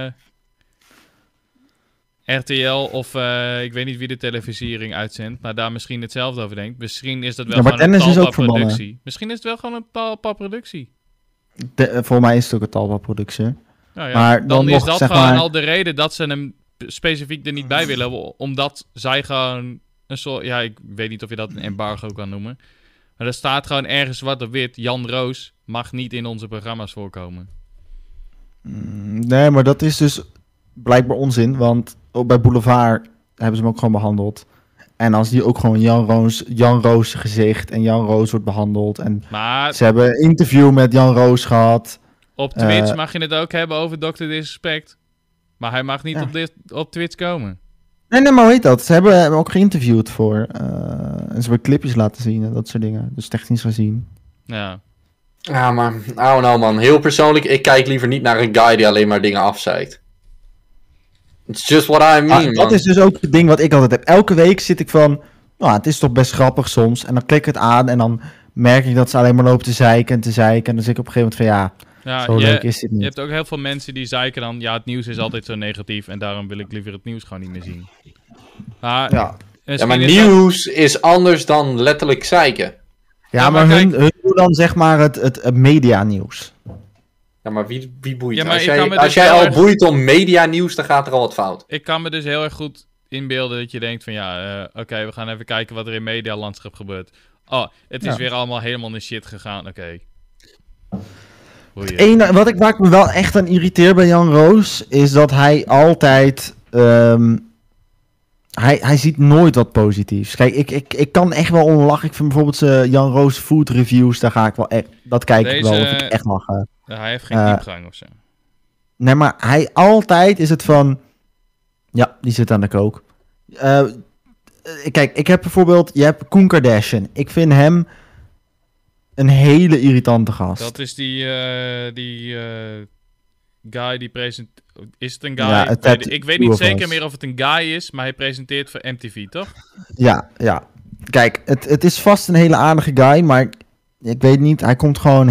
RTL of ik weet niet wie de televisiering uitzendt, maar daar misschien hetzelfde over denkt. Misschien is dat wel Ja, maar gewoon een Dennis is ook Talpa-productie. Misschien is het wel gewoon een Talpa-productie. Voor mij is het ook een Talpa-productie. Nou ja, Maar dan is nog, dat zeg gewoon maar- al de reden dat ze hem specifiek er niet bij willen hebben. Omdat zij gewoon een soort... Ja, ik weet niet of je dat een embargo kan noemen. Maar er staat gewoon ergens zwart op wit. Jan Roos mag niet in onze programma's voorkomen. Nee, maar dat is dus blijkbaar onzin. Want ook bij Boulevard hebben ze hem ook gewoon behandeld. En als die ook gewoon Jan Roos gezicht en Jan Roos wordt behandeld. En Maar ze hebben een interview met Jan Roos gehad. op Twitch mag je het ook hebben over Dr. Disrespect. Maar hij mag niet Ja. op Twitch komen. Nee, maar hoe heet dat? Ze hebben hem ook geïnterviewd voor. En ze hebben clipjes laten zien en dat soort dingen. Dus technisch gezien. Ja. Ja, maar... Oh nou man, heel persoonlijk, ik kijk liever niet naar een guy die alleen maar dingen afzeikt. It's just what I mean, man. Dat is dus ook het ding wat ik altijd heb. Elke week zit ik van... Nou, het is toch best grappig soms. En dan klik ik het aan en dan merk ik dat ze alleen maar lopen te zeiken en te zeiken. En dan zit ik op een gegeven moment van ja, zo leuk is dit Je niet. hebt ook heel veel mensen die zeiken dan... Ja, het nieuws is altijd zo negatief. En daarom wil ik liever het nieuws gewoon niet meer zien. Maar, Ja, Ja, maar is dat- nieuws is anders dan letterlijk zeiken. ja maar maar hun doen dan zeg maar het media-nieuws. Ja, maar wie boeit? Ja, maar als ik kan jij, me als dus jij heel al erg- boeit om media nieuws, dan gaat er al wat fout. Ik kan me dus heel erg goed inbeelden dat je denkt van... Ja, oké, we gaan even kijken wat er in medialandschap gebeurt. Oh, het is Ja. weer allemaal helemaal in shit gegaan. Oké. Boeien. Waar ik me wel echt aan irriteer bij Jan Roos... is dat hij altijd... Hij ziet nooit wat positiefs. Kijk, ik kan echt wel om lachen. Ik vind bijvoorbeeld Jan Roos food reviews... daar ga ik wel echt... Dat kijk ik wel, dat vind ik echt lachen. Hij heeft geen diepgang of zo. Nee, maar hij altijd is het van... Ja, die zit aan de kook. Kijk, ik heb bijvoorbeeld... Je hebt Koen Kardashian. Ik vind hem een hele irritante gast. Dat is die guy die presenteert... Is het een guy? Ja, Ik weet niet zeker meer of het een guy is, maar hij presenteert voor MTV, toch? Ja. Kijk, het is vast een hele aardige guy, maar ik weet niet. Hij komt gewoon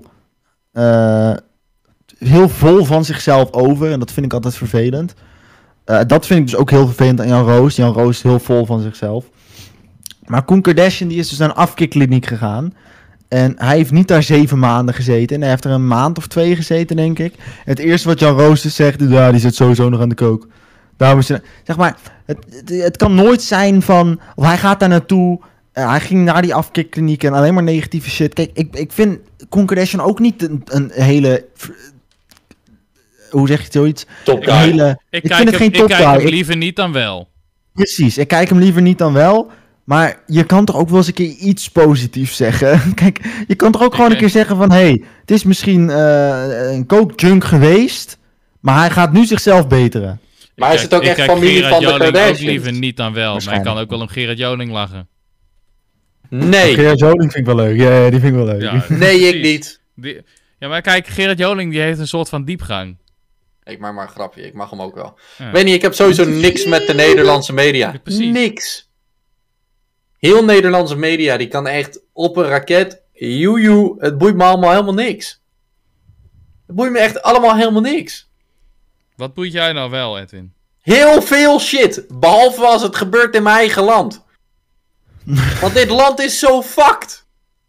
heel vol van zichzelf over. En dat vind ik altijd vervelend. Dat vind ik dus ook heel vervelend aan Jan Roos. Jan Roos is heel vol van zichzelf. Maar Koen Kardashian die is dus naar een afkikkliniek gegaan. En hij heeft niet daar 7 maanden gezeten. En hij heeft er een maand of 2 gezeten, denk ik. Het eerste wat Jan Roos dus zegt, ja, die zit sowieso nog aan de kook. Daarom is zeg maar, het kan nooit zijn van... Of hij gaat daar naartoe. Hij ging naar die afkikkliniek en alleen maar negatieve shit. Kijk, ik vind Koen Kardashian ook niet een hele... Hoe zeg je zoiets? Top guy. Ik vind het geen top guy. Ik kijk hem liever niet dan wel. Precies, ik kijk hem liever niet dan wel. Maar je kan toch ook wel eens een keer iets positiefs zeggen. Kijk, je kan toch ook gewoon een keer zeggen van... Hey, het is misschien een coke-junk geweest... maar hij gaat nu zichzelf beteren. Maar is het ook echt familie van de Kardashians? Ik liever niet dan wel, maar ik kan ook wel om Gerard Joling lachen. Nee. Gerard Joling vind ik wel leuk. Ja, die vind ik wel leuk. Ja, Nee, ik niet. Ja, maar kijk, Gerard Joling die heeft een soort van diepgang. Ik maak maar een grapje, ik mag hem ook wel. Ja. Weet niet, ik heb sowieso niks met de Nederlandse media. Ja, precies. Niks. Heel Nederlandse media, die kan echt op een raket... Joejoe, het boeit me allemaal helemaal niks. Het boeit me echt allemaal helemaal niks. Wat boeit jij nou wel, Edwin? Heel veel shit. Behalve als het gebeurt in mijn eigen land. Want dit land is zo fucked.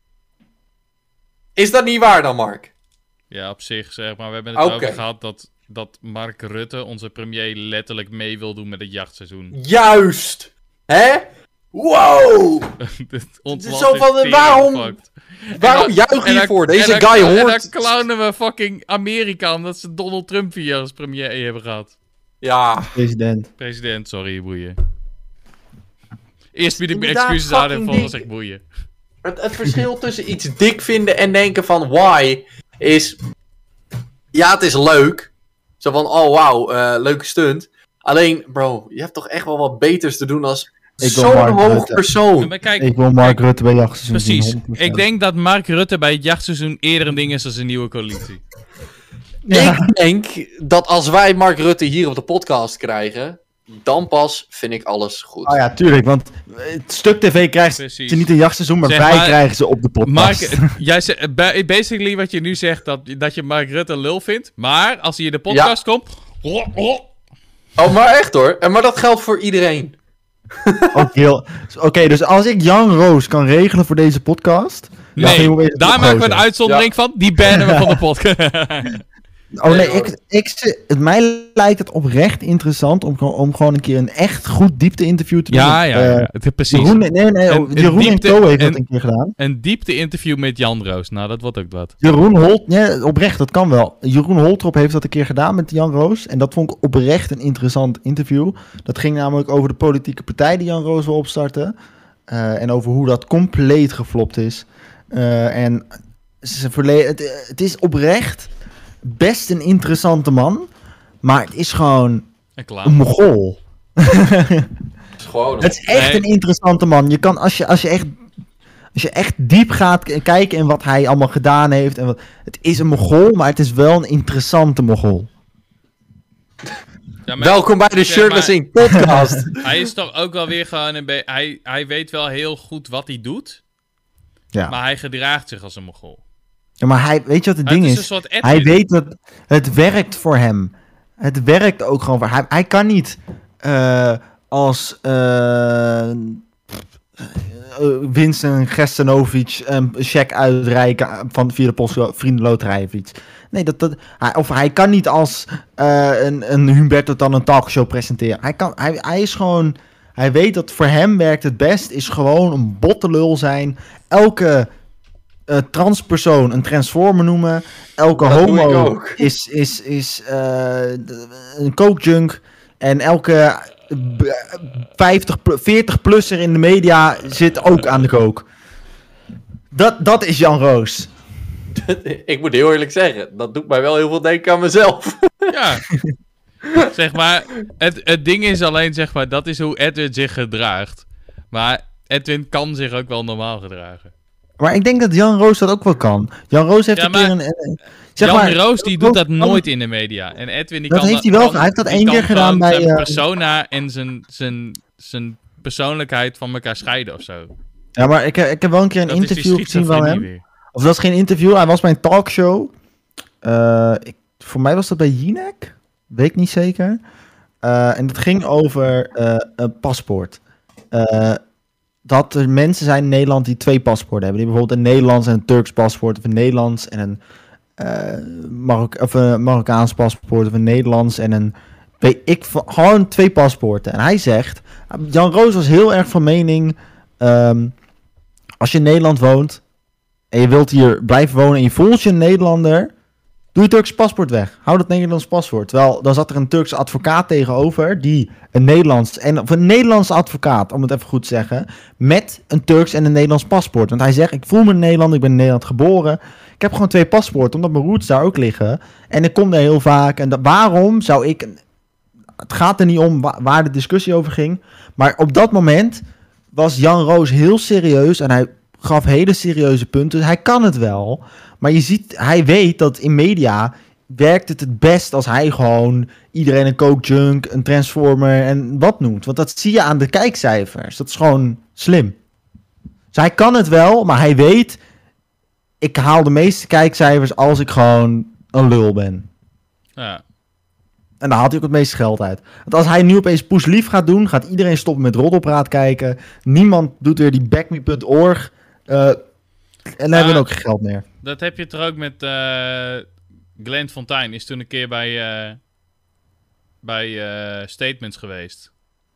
Is dat niet waar dan, Mark? Ja, op zich zeg maar. We hebben het Oké. over gehad dat Mark Rutte, onze premier, letterlijk mee wil doen met het jachtseizoen. Juist. Hè? Wow. Ons Het is land zo van, tering waarom- fucked. Waarom juich je hiervoor? Deze guy En hoort... dan clownen we fucking Amerika omdat ze Donald Trump hier als premier hebben gehad. Ja. President. President, sorry, boeien. Eerst bied ik me Inderdaad, excuses aan en fucking volgens dik. zeg ik boeien. Het verschil tussen iets dik vinden en denken van why is... Ja, het is leuk. Zo van, oh wauw, leuke stunt. Alleen, bro, je hebt toch echt wel wat beters te doen als Ik wil zo'n Mark hoog Rutte. persoon. Maar kijk, Ik wil Mark Rutte bij jachtseizoen precies. zien, 100%. Ik denk dat Mark Rutte bij het jachtseizoen eerder een ding is als een nieuwe coalitie. Ja. Ik denk dat als wij Mark Rutte hier op de podcast krijgen, dan pas vind ik alles goed. Oh ja, tuurlijk, want het stuk tv krijgt Precies. ze niet een jachtseizoen, maar Zeg wij maar, krijgen ze op de podcast. Mark, jij zegt, basically wat je nu zegt, dat je Mark Rutte een lul vindt. Maar als hij in de podcast komt... Oh, maar echt hoor. Maar dat geldt voor iedereen. Ook heel... Oké, dus als ik Jan Roos kan regelen voor deze podcast... dan Nee, gaan we weer daar maken we een uitzondering van. Die bannen we van de podcast. Oh nee, hoor. mij lijkt het oprecht interessant om gewoon een keer een echt goed diepte-interview te doen. ja. Precies. Jeroen, Jeroen en diepte- Co heeft dat en- een keer gedaan. Een diepte-interview met Jan Roos. Nou, dat wordt ook wat. Jeroen Holt, ja, oprecht, dat kan wel. Jeroen Holtrop heeft dat een keer gedaan met Jan Roos. En dat vond ik oprecht een interessant interview. Dat ging namelijk over de politieke partij die Jan Roos wil opstarten. En over hoe dat compleet geflopt is. En het is oprecht best een interessante man. Maar het is gewoon En een klaar. Mongool. Het is gewoon... Het is echt Nee. een interessante man. Je kan, als je echt diep gaat kijken in wat hij allemaal gedaan heeft. Het is een Mongool, maar het is wel een interessante Mongool. Ja, maar- Welkom bij de zeg Shirtless maar- Inc. podcast. Hij is toch ook wel weer gewoon een beetje... Hij weet wel heel goed wat hij doet. Ja. Maar hij gedraagt zich als een Mongool. Ja, maar weet je wat het Het ding is is? een soort Edwin. Hij weet dat het werkt voor hem. Het werkt ook gewoon voor hem. Hij kan niet als Vincent Gestanovic een cheque uitreiken via de Vriendenloterij of iets. Nee, hij kan niet als een Humberto dan een talkshow presenteren. Hij is gewoon... Hij weet dat voor hem werkt het best, is gewoon een bottelul zijn. Elke transpersoon een transformer noemen. Elke Dat doe ik homo ook. is een coke-junk. En elke 40-plusser in de media zit ook aan de coke. Dat is Jan Roos. Ik moet heel eerlijk zeggen, dat doet mij wel heel veel denken aan mezelf. Ja. Zeg maar, het ding is alleen, zeg maar, dat is hoe Edwin zich gedraagt. Maar Edwin kan zich ook wel normaal gedragen. Maar ik denk dat Jan Roos dat ook wel kan. Jan Roos heeft een keer zeg Jan maar, Roos die doet dat nooit in de media. En Edwin die dat kan... heeft hij wel. Hij heeft dat één keer gedaan bij... zijn persona en zijn persoonlijkheid van elkaar scheiden of zo. Ja, maar ik heb wel een keer een interview gezien van hem. Weer. Of dat is geen interview, hij was bij een talkshow. Voor mij was dat bij Jinek. Weet ik niet zeker. En dat ging over een paspoort. Dat er mensen zijn in Nederland die 2 paspoorten hebben. Die bijvoorbeeld een Nederlands en een Turks paspoort. Of een Nederlands en een Marokkaans paspoort. Of een Nederlands en een... gewoon 2 paspoorten. En hij zegt... Jan Roos was heel erg van mening... als je in Nederland woont... en je wilt hier blijven wonen en je voelt je een Nederlander... doe je Turks paspoort weg. Hou dat Nederlands paspoort. Terwijl, dan zat er een Turkse advocaat tegenover... die een Nederlandse advocaat, om het even goed te zeggen... met een Turks en een Nederlands paspoort. Want hij zegt, ik voel me een Nederlander, ik ben in Nederland geboren... ik heb gewoon 2 paspoorten, omdat mijn roots daar ook liggen... en ik kom daar heel vaak... en waarom zou ik... Het gaat er niet om waar de discussie over ging... maar op dat moment was Jan Roos heel serieus... en hij gaf hele serieuze punten. Hij kan het wel... Maar je ziet, hij weet dat in media werkt het best als hij gewoon iedereen een coke junk, een transformer en wat noemt. Want dat zie je aan de kijkcijfers. Dat is gewoon slim. Dus hij kan het wel, maar hij weet, ik haal de meeste kijkcijfers als ik gewoon een lul ben. Ja. En daar haalt hij ook het meeste geld uit. Want als hij nu opeens poeslief gaat doen, gaat iedereen stoppen met Roddelpraat kijken. Niemand doet weer die backme.org. En dan hebben we ook geen geld meer. Dat heb je toch ook met Glenn Fontijn. Is toen een keer bij Statements geweest.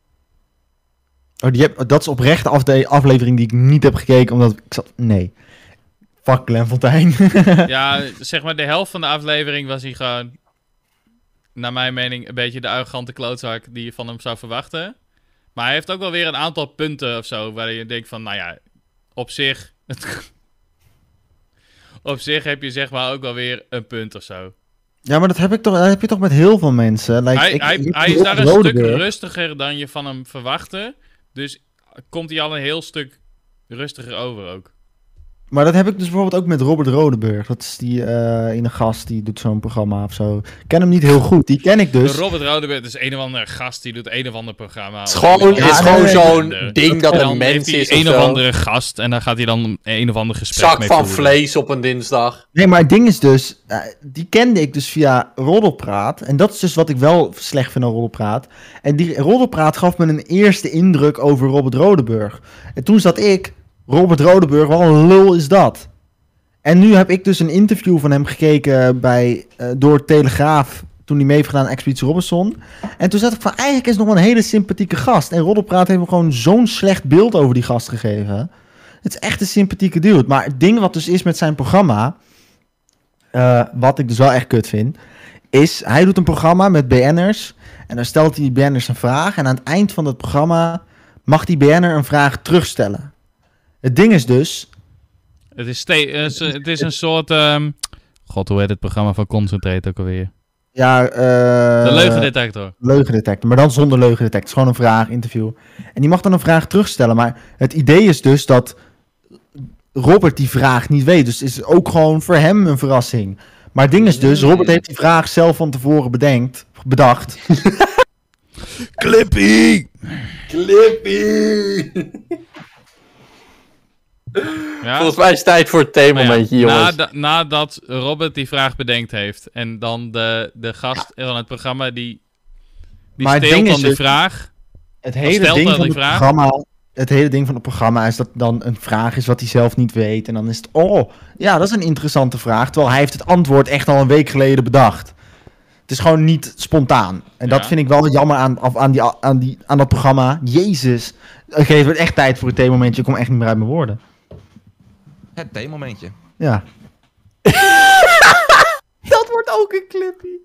Oh, dat is oprecht de aflevering die ik niet heb gekeken, omdat ik zat... Nee. Fuck Glenn Fontijn. Ja, zeg maar de helft van de aflevering was hij gewoon... naar mijn mening een beetje de arrogante klootzak die je van hem zou verwachten. Maar hij heeft ook wel weer een aantal punten of zo... waar je denkt van, nou ja, op zich... Op zich heb je zeg maar ook wel weer een punt of zo. Ja, maar dat heb je toch met heel veel mensen. Like, hij is daar een stuk rustiger dan je van hem verwachtte. Dus komt hij al een heel stuk rustiger over ook. Maar dat heb ik dus bijvoorbeeld ook met Robert Rodeburg. Dat is die ene gast die doet zo'n programma of zo. Ik ken hem niet heel goed. Die ken ik dus. Robert Rodeburg is een of andere gast die doet een of ander programma. Het is gewoon zo'n ding dat een mens is een of andere gast en dan gaat hij dan een of ander gesprek zak mee van voeren. vlees op een dinsdag. Nee, maar het ding is dus... die kende ik dus via Roddelpraat. En dat is dus wat ik wel slecht vind aan Roddelpraat. En die Roddelpraat gaf me een eerste indruk over Robert Rodeburg. En toen zat ik... Robert Rodeburg, wat een lul is dat? En nu heb ik dus een interview van hem gekeken door Telegraaf... toen hij mee heeft gedaan aan Expeditie Robinson. En toen zat ik van, eigenlijk is het nog wel een hele sympathieke gast. En Roddelpraat heeft me gewoon zo'n slecht beeld over die gast gegeven. Het is echt een sympathieke dude. Maar het ding wat dus is met zijn programma... wat ik dus wel echt kut vind... is, hij doet een programma met BN'ers... en dan stelt die BN'ers een vraag... en aan het eind van het programma... mag die BN'er een vraag terugstellen. Het ding is dus... Het is een soort... God, hoe heet het programma van Concentrate ook alweer? Ja, de leugendetector. Leugendetector, maar dan zonder leugendetector. Het is gewoon een vraag, interview. En die mag dan een vraag terugstellen. Maar het idee is dus dat Robert die vraag niet weet. Dus het is ook gewoon voor hem een verrassing. Maar het ding is dus, Robert heeft die vraag zelf van tevoren bedacht. Clippy! Ja. Volgens mij is het tijd voor het theemomentje, jongens. Nadat Robert die vraag bedenkt heeft... en dan de gast van het programma die steelt dan die vraag... Het hele ding van het programma is dat dan een vraag is wat hij zelf niet weet. En dan is het, ja, dat is een interessante vraag. Terwijl hij heeft het antwoord echt al een week geleden bedacht. Het is gewoon niet spontaan. En dat vind ik wel jammer aan dat programma. Jezus, ik geef het echt tijd voor het theemomentje. Ik kom echt niet meer uit mijn woorden. Het theemomentje. Ja. Dat wordt ook een clipje.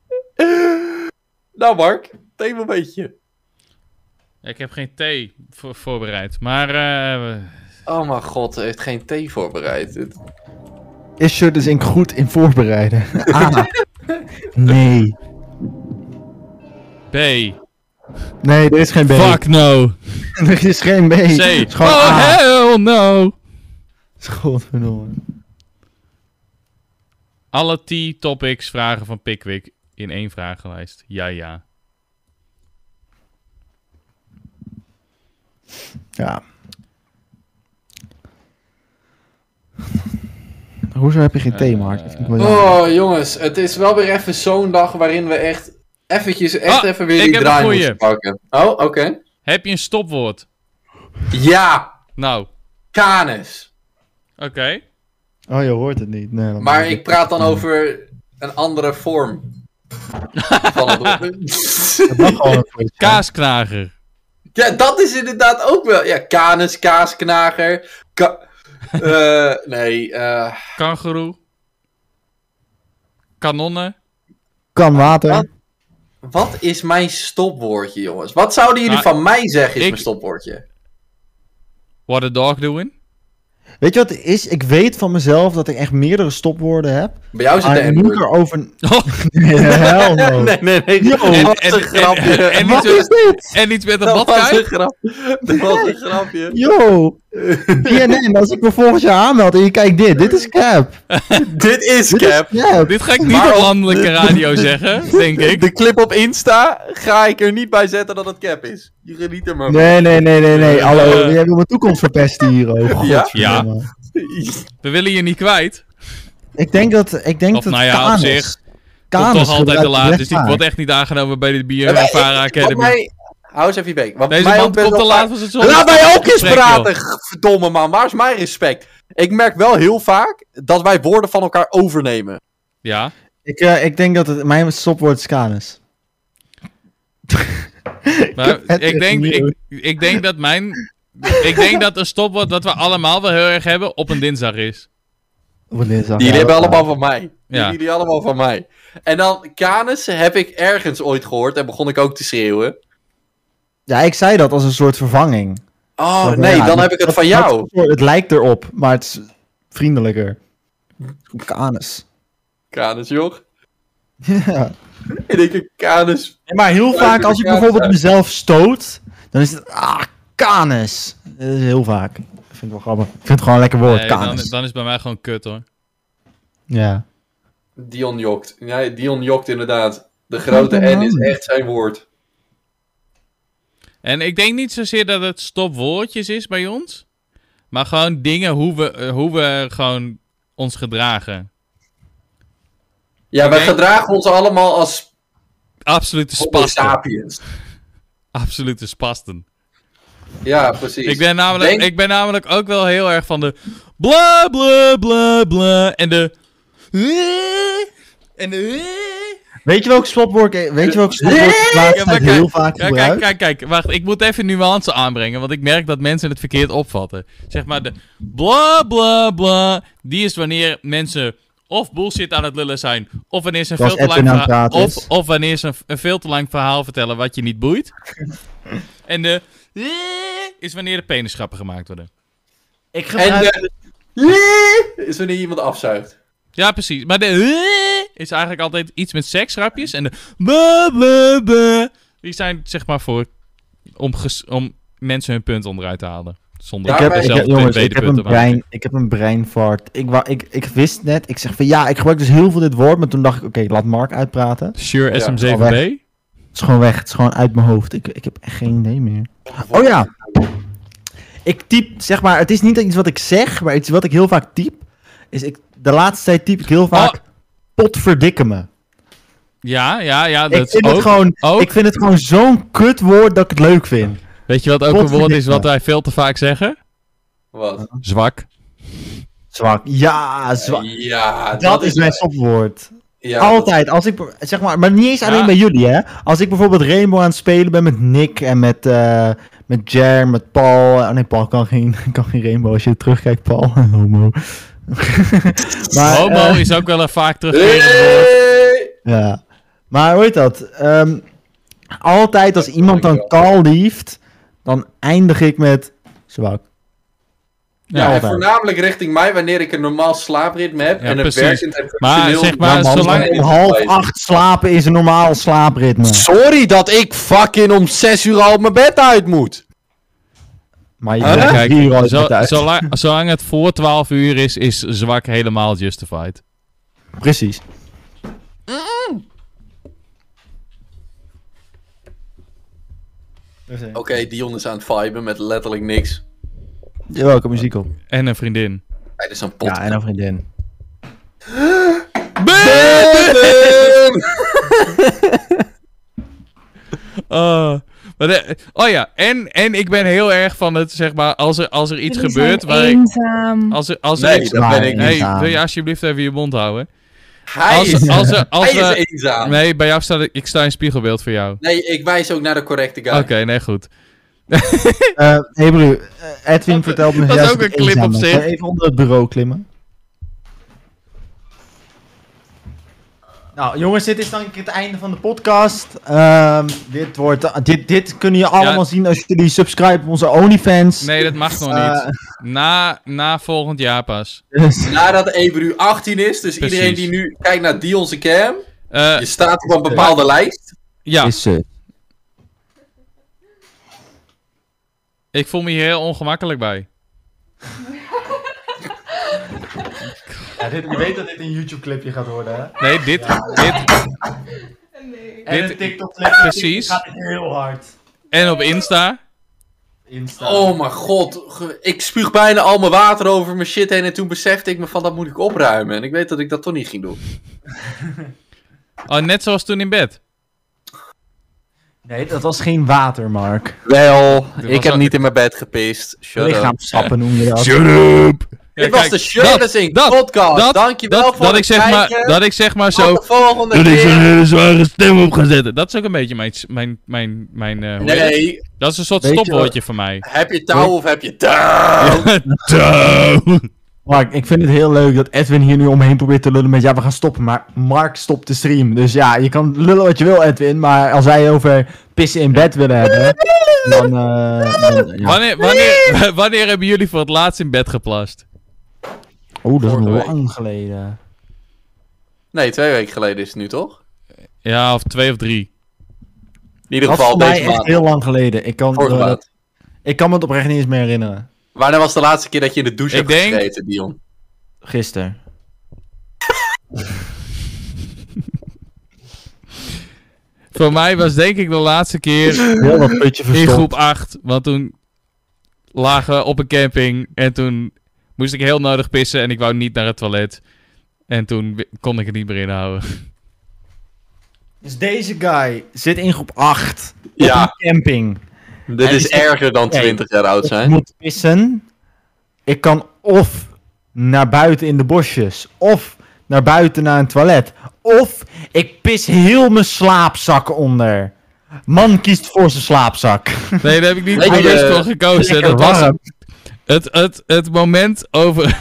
Nou Mark, theemomentje. Ik heb geen thee voorbereid, maar... Oh mijn god, hij heeft geen thee voorbereid. Is shirt dus goed in voorbereiden? A. Nee. B. Nee, er is geen B. Fuck no. Er is geen B. C. Het is gewoon Oh, A. hell no. Godverdomme. Alle T-topics vragen van Pickwick in 1 vragenlijst. Ja. Ja. Hoezo heb je geen thee, Mark? Dat vind ik wel jammer. Oh, jongens, het is wel weer even zo'n dag waarin we echt even weer ik die heb draai een goeie. moeten pakken. Oh, oké. Heb je een stopwoord? Ja, Nou, Canis. oké. Oh, je hoort het niet. Nee, Maar ik praat dan over een andere vorm. Van het woord. Het mag gewoon een quiz zijn. Kaasknager. Ja, dat is inderdaad ook wel. Ja, Canis, kaasknager. Kangoeroe. Kanonnen. Kan water. Wat is mijn stopwoordje, jongens? Wat zouden jullie Nou, van mij zeggen is ik- mijn stopwoordje? What a dog doing? Weet je wat het is? Ik weet van mezelf dat ik echt meerdere stopwoorden heb. Bij jou zit Maar de ik moet N-woord. erover... Oh, Nee, hell no. Nee. Yo, dat was een grapje. en Wat iets is dit? en iets met een Dat was badkuip? een grapje. Dat was een grapje. Yo. BNN, als ik me volgend jaar aanmeld en je kijkt dit is cap. Dit is Dit Cap. is cap. Dit ga ik niet Maar op op- landelijke radio zeggen, denk ik. De clip op Insta ga ik er niet bij zetten dat het Cap is. Je geniet er maar van. Nee. Hallo, jij wil mijn toekomst verpesten hier, oh. Ja? Godverdomme. We willen je niet kwijt. Ik denk dat Of nou ja, op Canis- zich. Canis Komt toch altijd te gebruikt laat, dus die rechtvaardig. wordt echt niet aangenomen bij de Ja, maar Biovara wat Academy. mij- Hou eens even je bek. Wat Deze mij ook man best komt te wel laat vaak- voor zijn zondag. Laat mij ook eens gesprek, praten, joh. verdomme man. Waar is mijn respect? Ik merk wel heel vaak dat wij woorden van elkaar overnemen. Ja. Ik denk dat het mijn stopwoord is Canis. Maar Het ik is denk, nieuw. ik denk dat ik denk dat een stopwoord dat we allemaal wel heel erg hebben op een dinsdag is. Die hebben allemaal van mij. Ja. Jullie allemaal van mij. En dan Canis heb ik ergens ooit gehoord en begon ik ook te schreeuwen. Ja, ik zei dat als een soort vervanging. Oh Maar nee, ja, dan heb ik het van jou. Het lijkt erop, maar het is vriendelijker. Canis. Canis, joh. Ja. En ik Canis. Nee, maar heel Ja, vaak als ik Canis bijvoorbeeld uit. mezelf stoot, dan is het Canis. Dat is heel vaak. Ik vind het wel grappig. Ik vind het gewoon een lekker woord, Nee, Canis. dan is het bij mij gewoon kut hoor. Ja. Dion jokt. Ja, Dion jokt inderdaad. De grote N is echt zijn woord. En ik denk niet zozeer dat het stopwoordjes is bij ons. Maar gewoon dingen hoe we gewoon ons gedragen. Ja, wij Oké. gedragen ons allemaal als Absolute Homo spasten. sapiens. Absolute spasten. Ja, precies. Ik ben namelijk ook wel heel erg van de bla bla bla bla en de en de Weet je welk stopwoord ik de laatste Ja, maar tijd heel vaak gebruik? kijk, wacht, ik moet even nuance aanbrengen, want ik merk dat mensen het verkeerd opvatten. Zeg maar de bla bla bla, die is wanneer mensen of bullshit aan het lullen zijn, of wanneer ze een Zoals veel te lang Edwin aan het verhaal, praten is. of wanneer ze een veel te lang verhaal vertellen wat je niet boeit. En de is wanneer de penisgrappen gemaakt worden. Ik En de is wanneer iemand afzuigt. Ja, precies. Maar de is eigenlijk altijd iets met seksgrapjes. En de blah, blah, blah, die zijn zeg maar voor om mensen hun punt onderuit te halen. Zonder Ja, Ik heb, maar- zelf jongens, tweede ik heb, punt te ik heb een breinfart. Ik wist net, ik zeg van ja, ik gebruik dus heel veel dit woord, maar toen dacht ik, oké, laat Mark uitpraten. maken. Sure Ja, SM7B. Het is gewoon weg, het is gewoon uit mijn hoofd. Ik heb echt geen idee meer. Oh ja, ik typ, zeg maar, het is niet iets wat ik zeg, maar iets wat ik heel vaak typ, is de laatste tijd typ ik heel vaak, potverdikke me. Ja, Ik dat is vind, het ook. gewoon, ook. ik vind het gewoon zo'n kut woord dat ik het leuk vind. Weet je wat ook een woord is Potverdikke. wat wij veel te vaak zeggen? Wat? Zwak. Zwak. Ja, zwak. Ja, Dat is mijn stopwoord. Ja, Altijd, als ik, zeg maar niet eens alleen Ja. bij jullie, hè. Als ik bijvoorbeeld Rainbow aan het spelen ben met Nick en met Jer, met Paul. Oh nee, Paul kan geen Rainbow als je terugkijkt, Paul. Homo. Maar, Homo is ook wel een vaak terugkerend woord. Hey! ja. Maar hoe heet dat? Altijd als iemand dan call lieft, dan eindig ik met zwak. Ja, en altijd. voornamelijk richting mij wanneer ik een normaal slaapritme heb. Ja, en een precies. werkend en Maar functioneel... zeg maar, Ja, man, zolang- om 7:30 slapen is een normaal slaapritme. Sorry dat ik fucking om 6 uur al op mijn bed uit moet. Maar je Huh? bent Kijk, hier al uit. zolang het voor 12 uur is zwak helemaal justified. Precies. Oké, Dion is aan het viben met letterlijk niks. Welke muziek op? En een vriendin. Hij is een pot. Ja, en een vriendin. Oh ja, en ik ben heel erg van het, zeg maar, als er iets Jullie gebeurt zijn waar ik... eenzaam. Als er Nee, iets... dat ben ik niet. Hey, wil je alsjeblieft even je mond houden? Hij Als is we... eenzaam. Nee, bij jou staat... Ik sta in spiegelbeeld voor jou. Nee, ik wijs ook naar de correcte guy. Oké, nee, goed. Hey broer, Edwin vertelt me... dat is juist ook dat een clip eenzaam op is. zich. Kan je even onder het bureau klimmen? Nou, jongens, dit is dan het einde van de podcast. Dit kunnen je allemaal zien als jullie subscriben op onze OnlyFans. Nee, dat mag nog niet. Na volgend jaar pas. Dus- Nadat Ebru 18 is, dus Precies. iedereen die nu kijkt naar Dion's cam, Eh, je staat op een bepaalde lijst. ja, is, ik voel me hier heel ongemakkelijk bij. je weet dat dit een YouTube-clipje gaat worden, hè? Nee, dit... En Dit- TikTok-clipje precies. gaat heel hard. En op Insta. Insta. Oh mijn god, ik spuug bijna al mijn water over mijn shit heen en toen besefte ik me van dat moet ik opruimen. En ik weet dat ik dat toch niet ging doen. Oh, net zoals toen in bed. Nee, dat was geen water, Mark. Wel, Dit ik was heb ook- niet in mijn bed gepist. Shut up. Lichaamsappen noem je dat. Shut up! Dit was de Shirtless Inc. podcast. Dankjewel voor dat het ik zeg kijken. maar, dat ik zeg maar Tot zo... de volgende Dat ik zo'n keer. hele zware stem op ga zetten. Dat is ook een beetje hoe heet het? Nee, Dat is een soort Weet je stopwoordje voor mij. heb je touw of heb je touw? Mark, ik vind het heel leuk dat Edwin hier nu omheen probeert te lullen met ja, we gaan stoppen. Maar Mark stopt de stream. Dus ja, je kan lullen wat je wil, Edwin. Maar als wij over pissen in bed willen hebben, dan ja. Wanneer hebben jullie voor het laatst in bed geplast? Oh, dat is Vorige week. lang geleden. Nee, 2 weken geleden is het nu toch? Ja, of 2 of 3. In ieder Dat is geval voor mij deze echt maand. heel lang geleden. Vorige maand. Ik kan me het oprecht niet eens meer herinneren. Wanneer was de laatste keer dat je in de douche Ik hebt denk- gegeten, Dion? Gisteren. Voor mij was denk ik de laatste keer Heel dat putje in verstopt. groep 8. Want toen lagen we op een camping. En toen moest ik heel nodig pissen. En ik wou niet naar het toilet. En toen kon ik het niet meer inhouden. Dus deze guy zit in groep 8 op Ja. een camping. Dit En is die zegt- erger dan 20 jaar oud Ik zijn. moet pissen. Ik kan of naar buiten in de bosjes, of naar buiten naar een toilet, of ik pis heel mijn slaapzak onder. Man kiest voor zijn slaapzak. Nee, daar heb ik niet Weet je, bewust voor gekozen. Lekker Dat was warm. het moment over...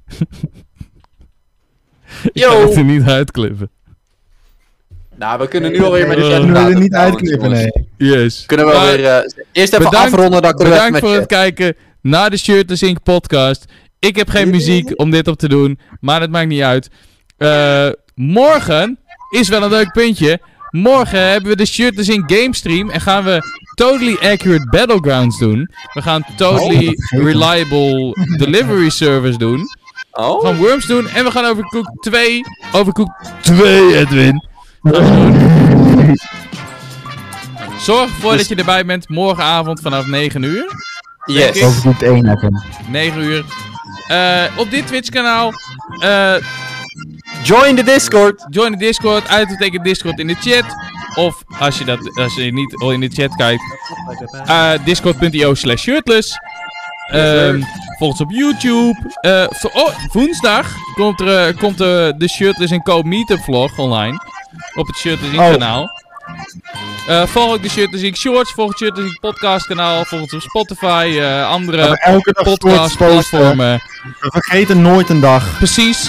Ik Yo. ga het er niet uitklippen. Nou, we kunnen nu alweer met de We chat kunnen praten, er niet trouwens, uitknippen, jongens. nee. Yes. Kunnen we Maar weer eerst even bedankt- afronden, dan kunnen we even Bedankt met voor chat. het kijken naar de Shirtless Inc. podcast. Ik heb geen muziek om dit op te doen, maar dat maakt niet uit. Morgen is wel een leuk puntje. Morgen hebben we de Shirtless Inc. game stream en gaan we Totally Accurate Battlegrounds doen. We gaan Totally Reliable Delivery Service doen. Oh? We gaan Worms doen en we gaan Overcooked 2... Overcooked 2, Edwin. Gaan we doen. Zorg ervoor dat je erbij bent morgenavond vanaf 9 uur. Yes. Overkoekt 1 even. 9 uur. Op dit Twitch kanaal. Join de Discord. Join de Discord. Uitroepteken Discord in de chat. Of als je niet al in de chat kijkt. Discord.io/shirtless. Volg ons op YouTube. Woensdag komt de Shirtless & Co Meetup vlog online. Op het Shirtless Inc. kanaal. Volg ook de Shirtless Inc. Shorts. Volg het Shirtless Inc. podcast kanaal. Volg ons op Spotify. Andere Elke dag podcast stories posten. platformen. We vergeten nooit een dag. Precies.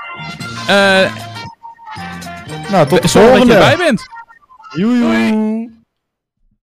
Nou, tot de Zorg dat je volgende. erbij bent. Joejoe.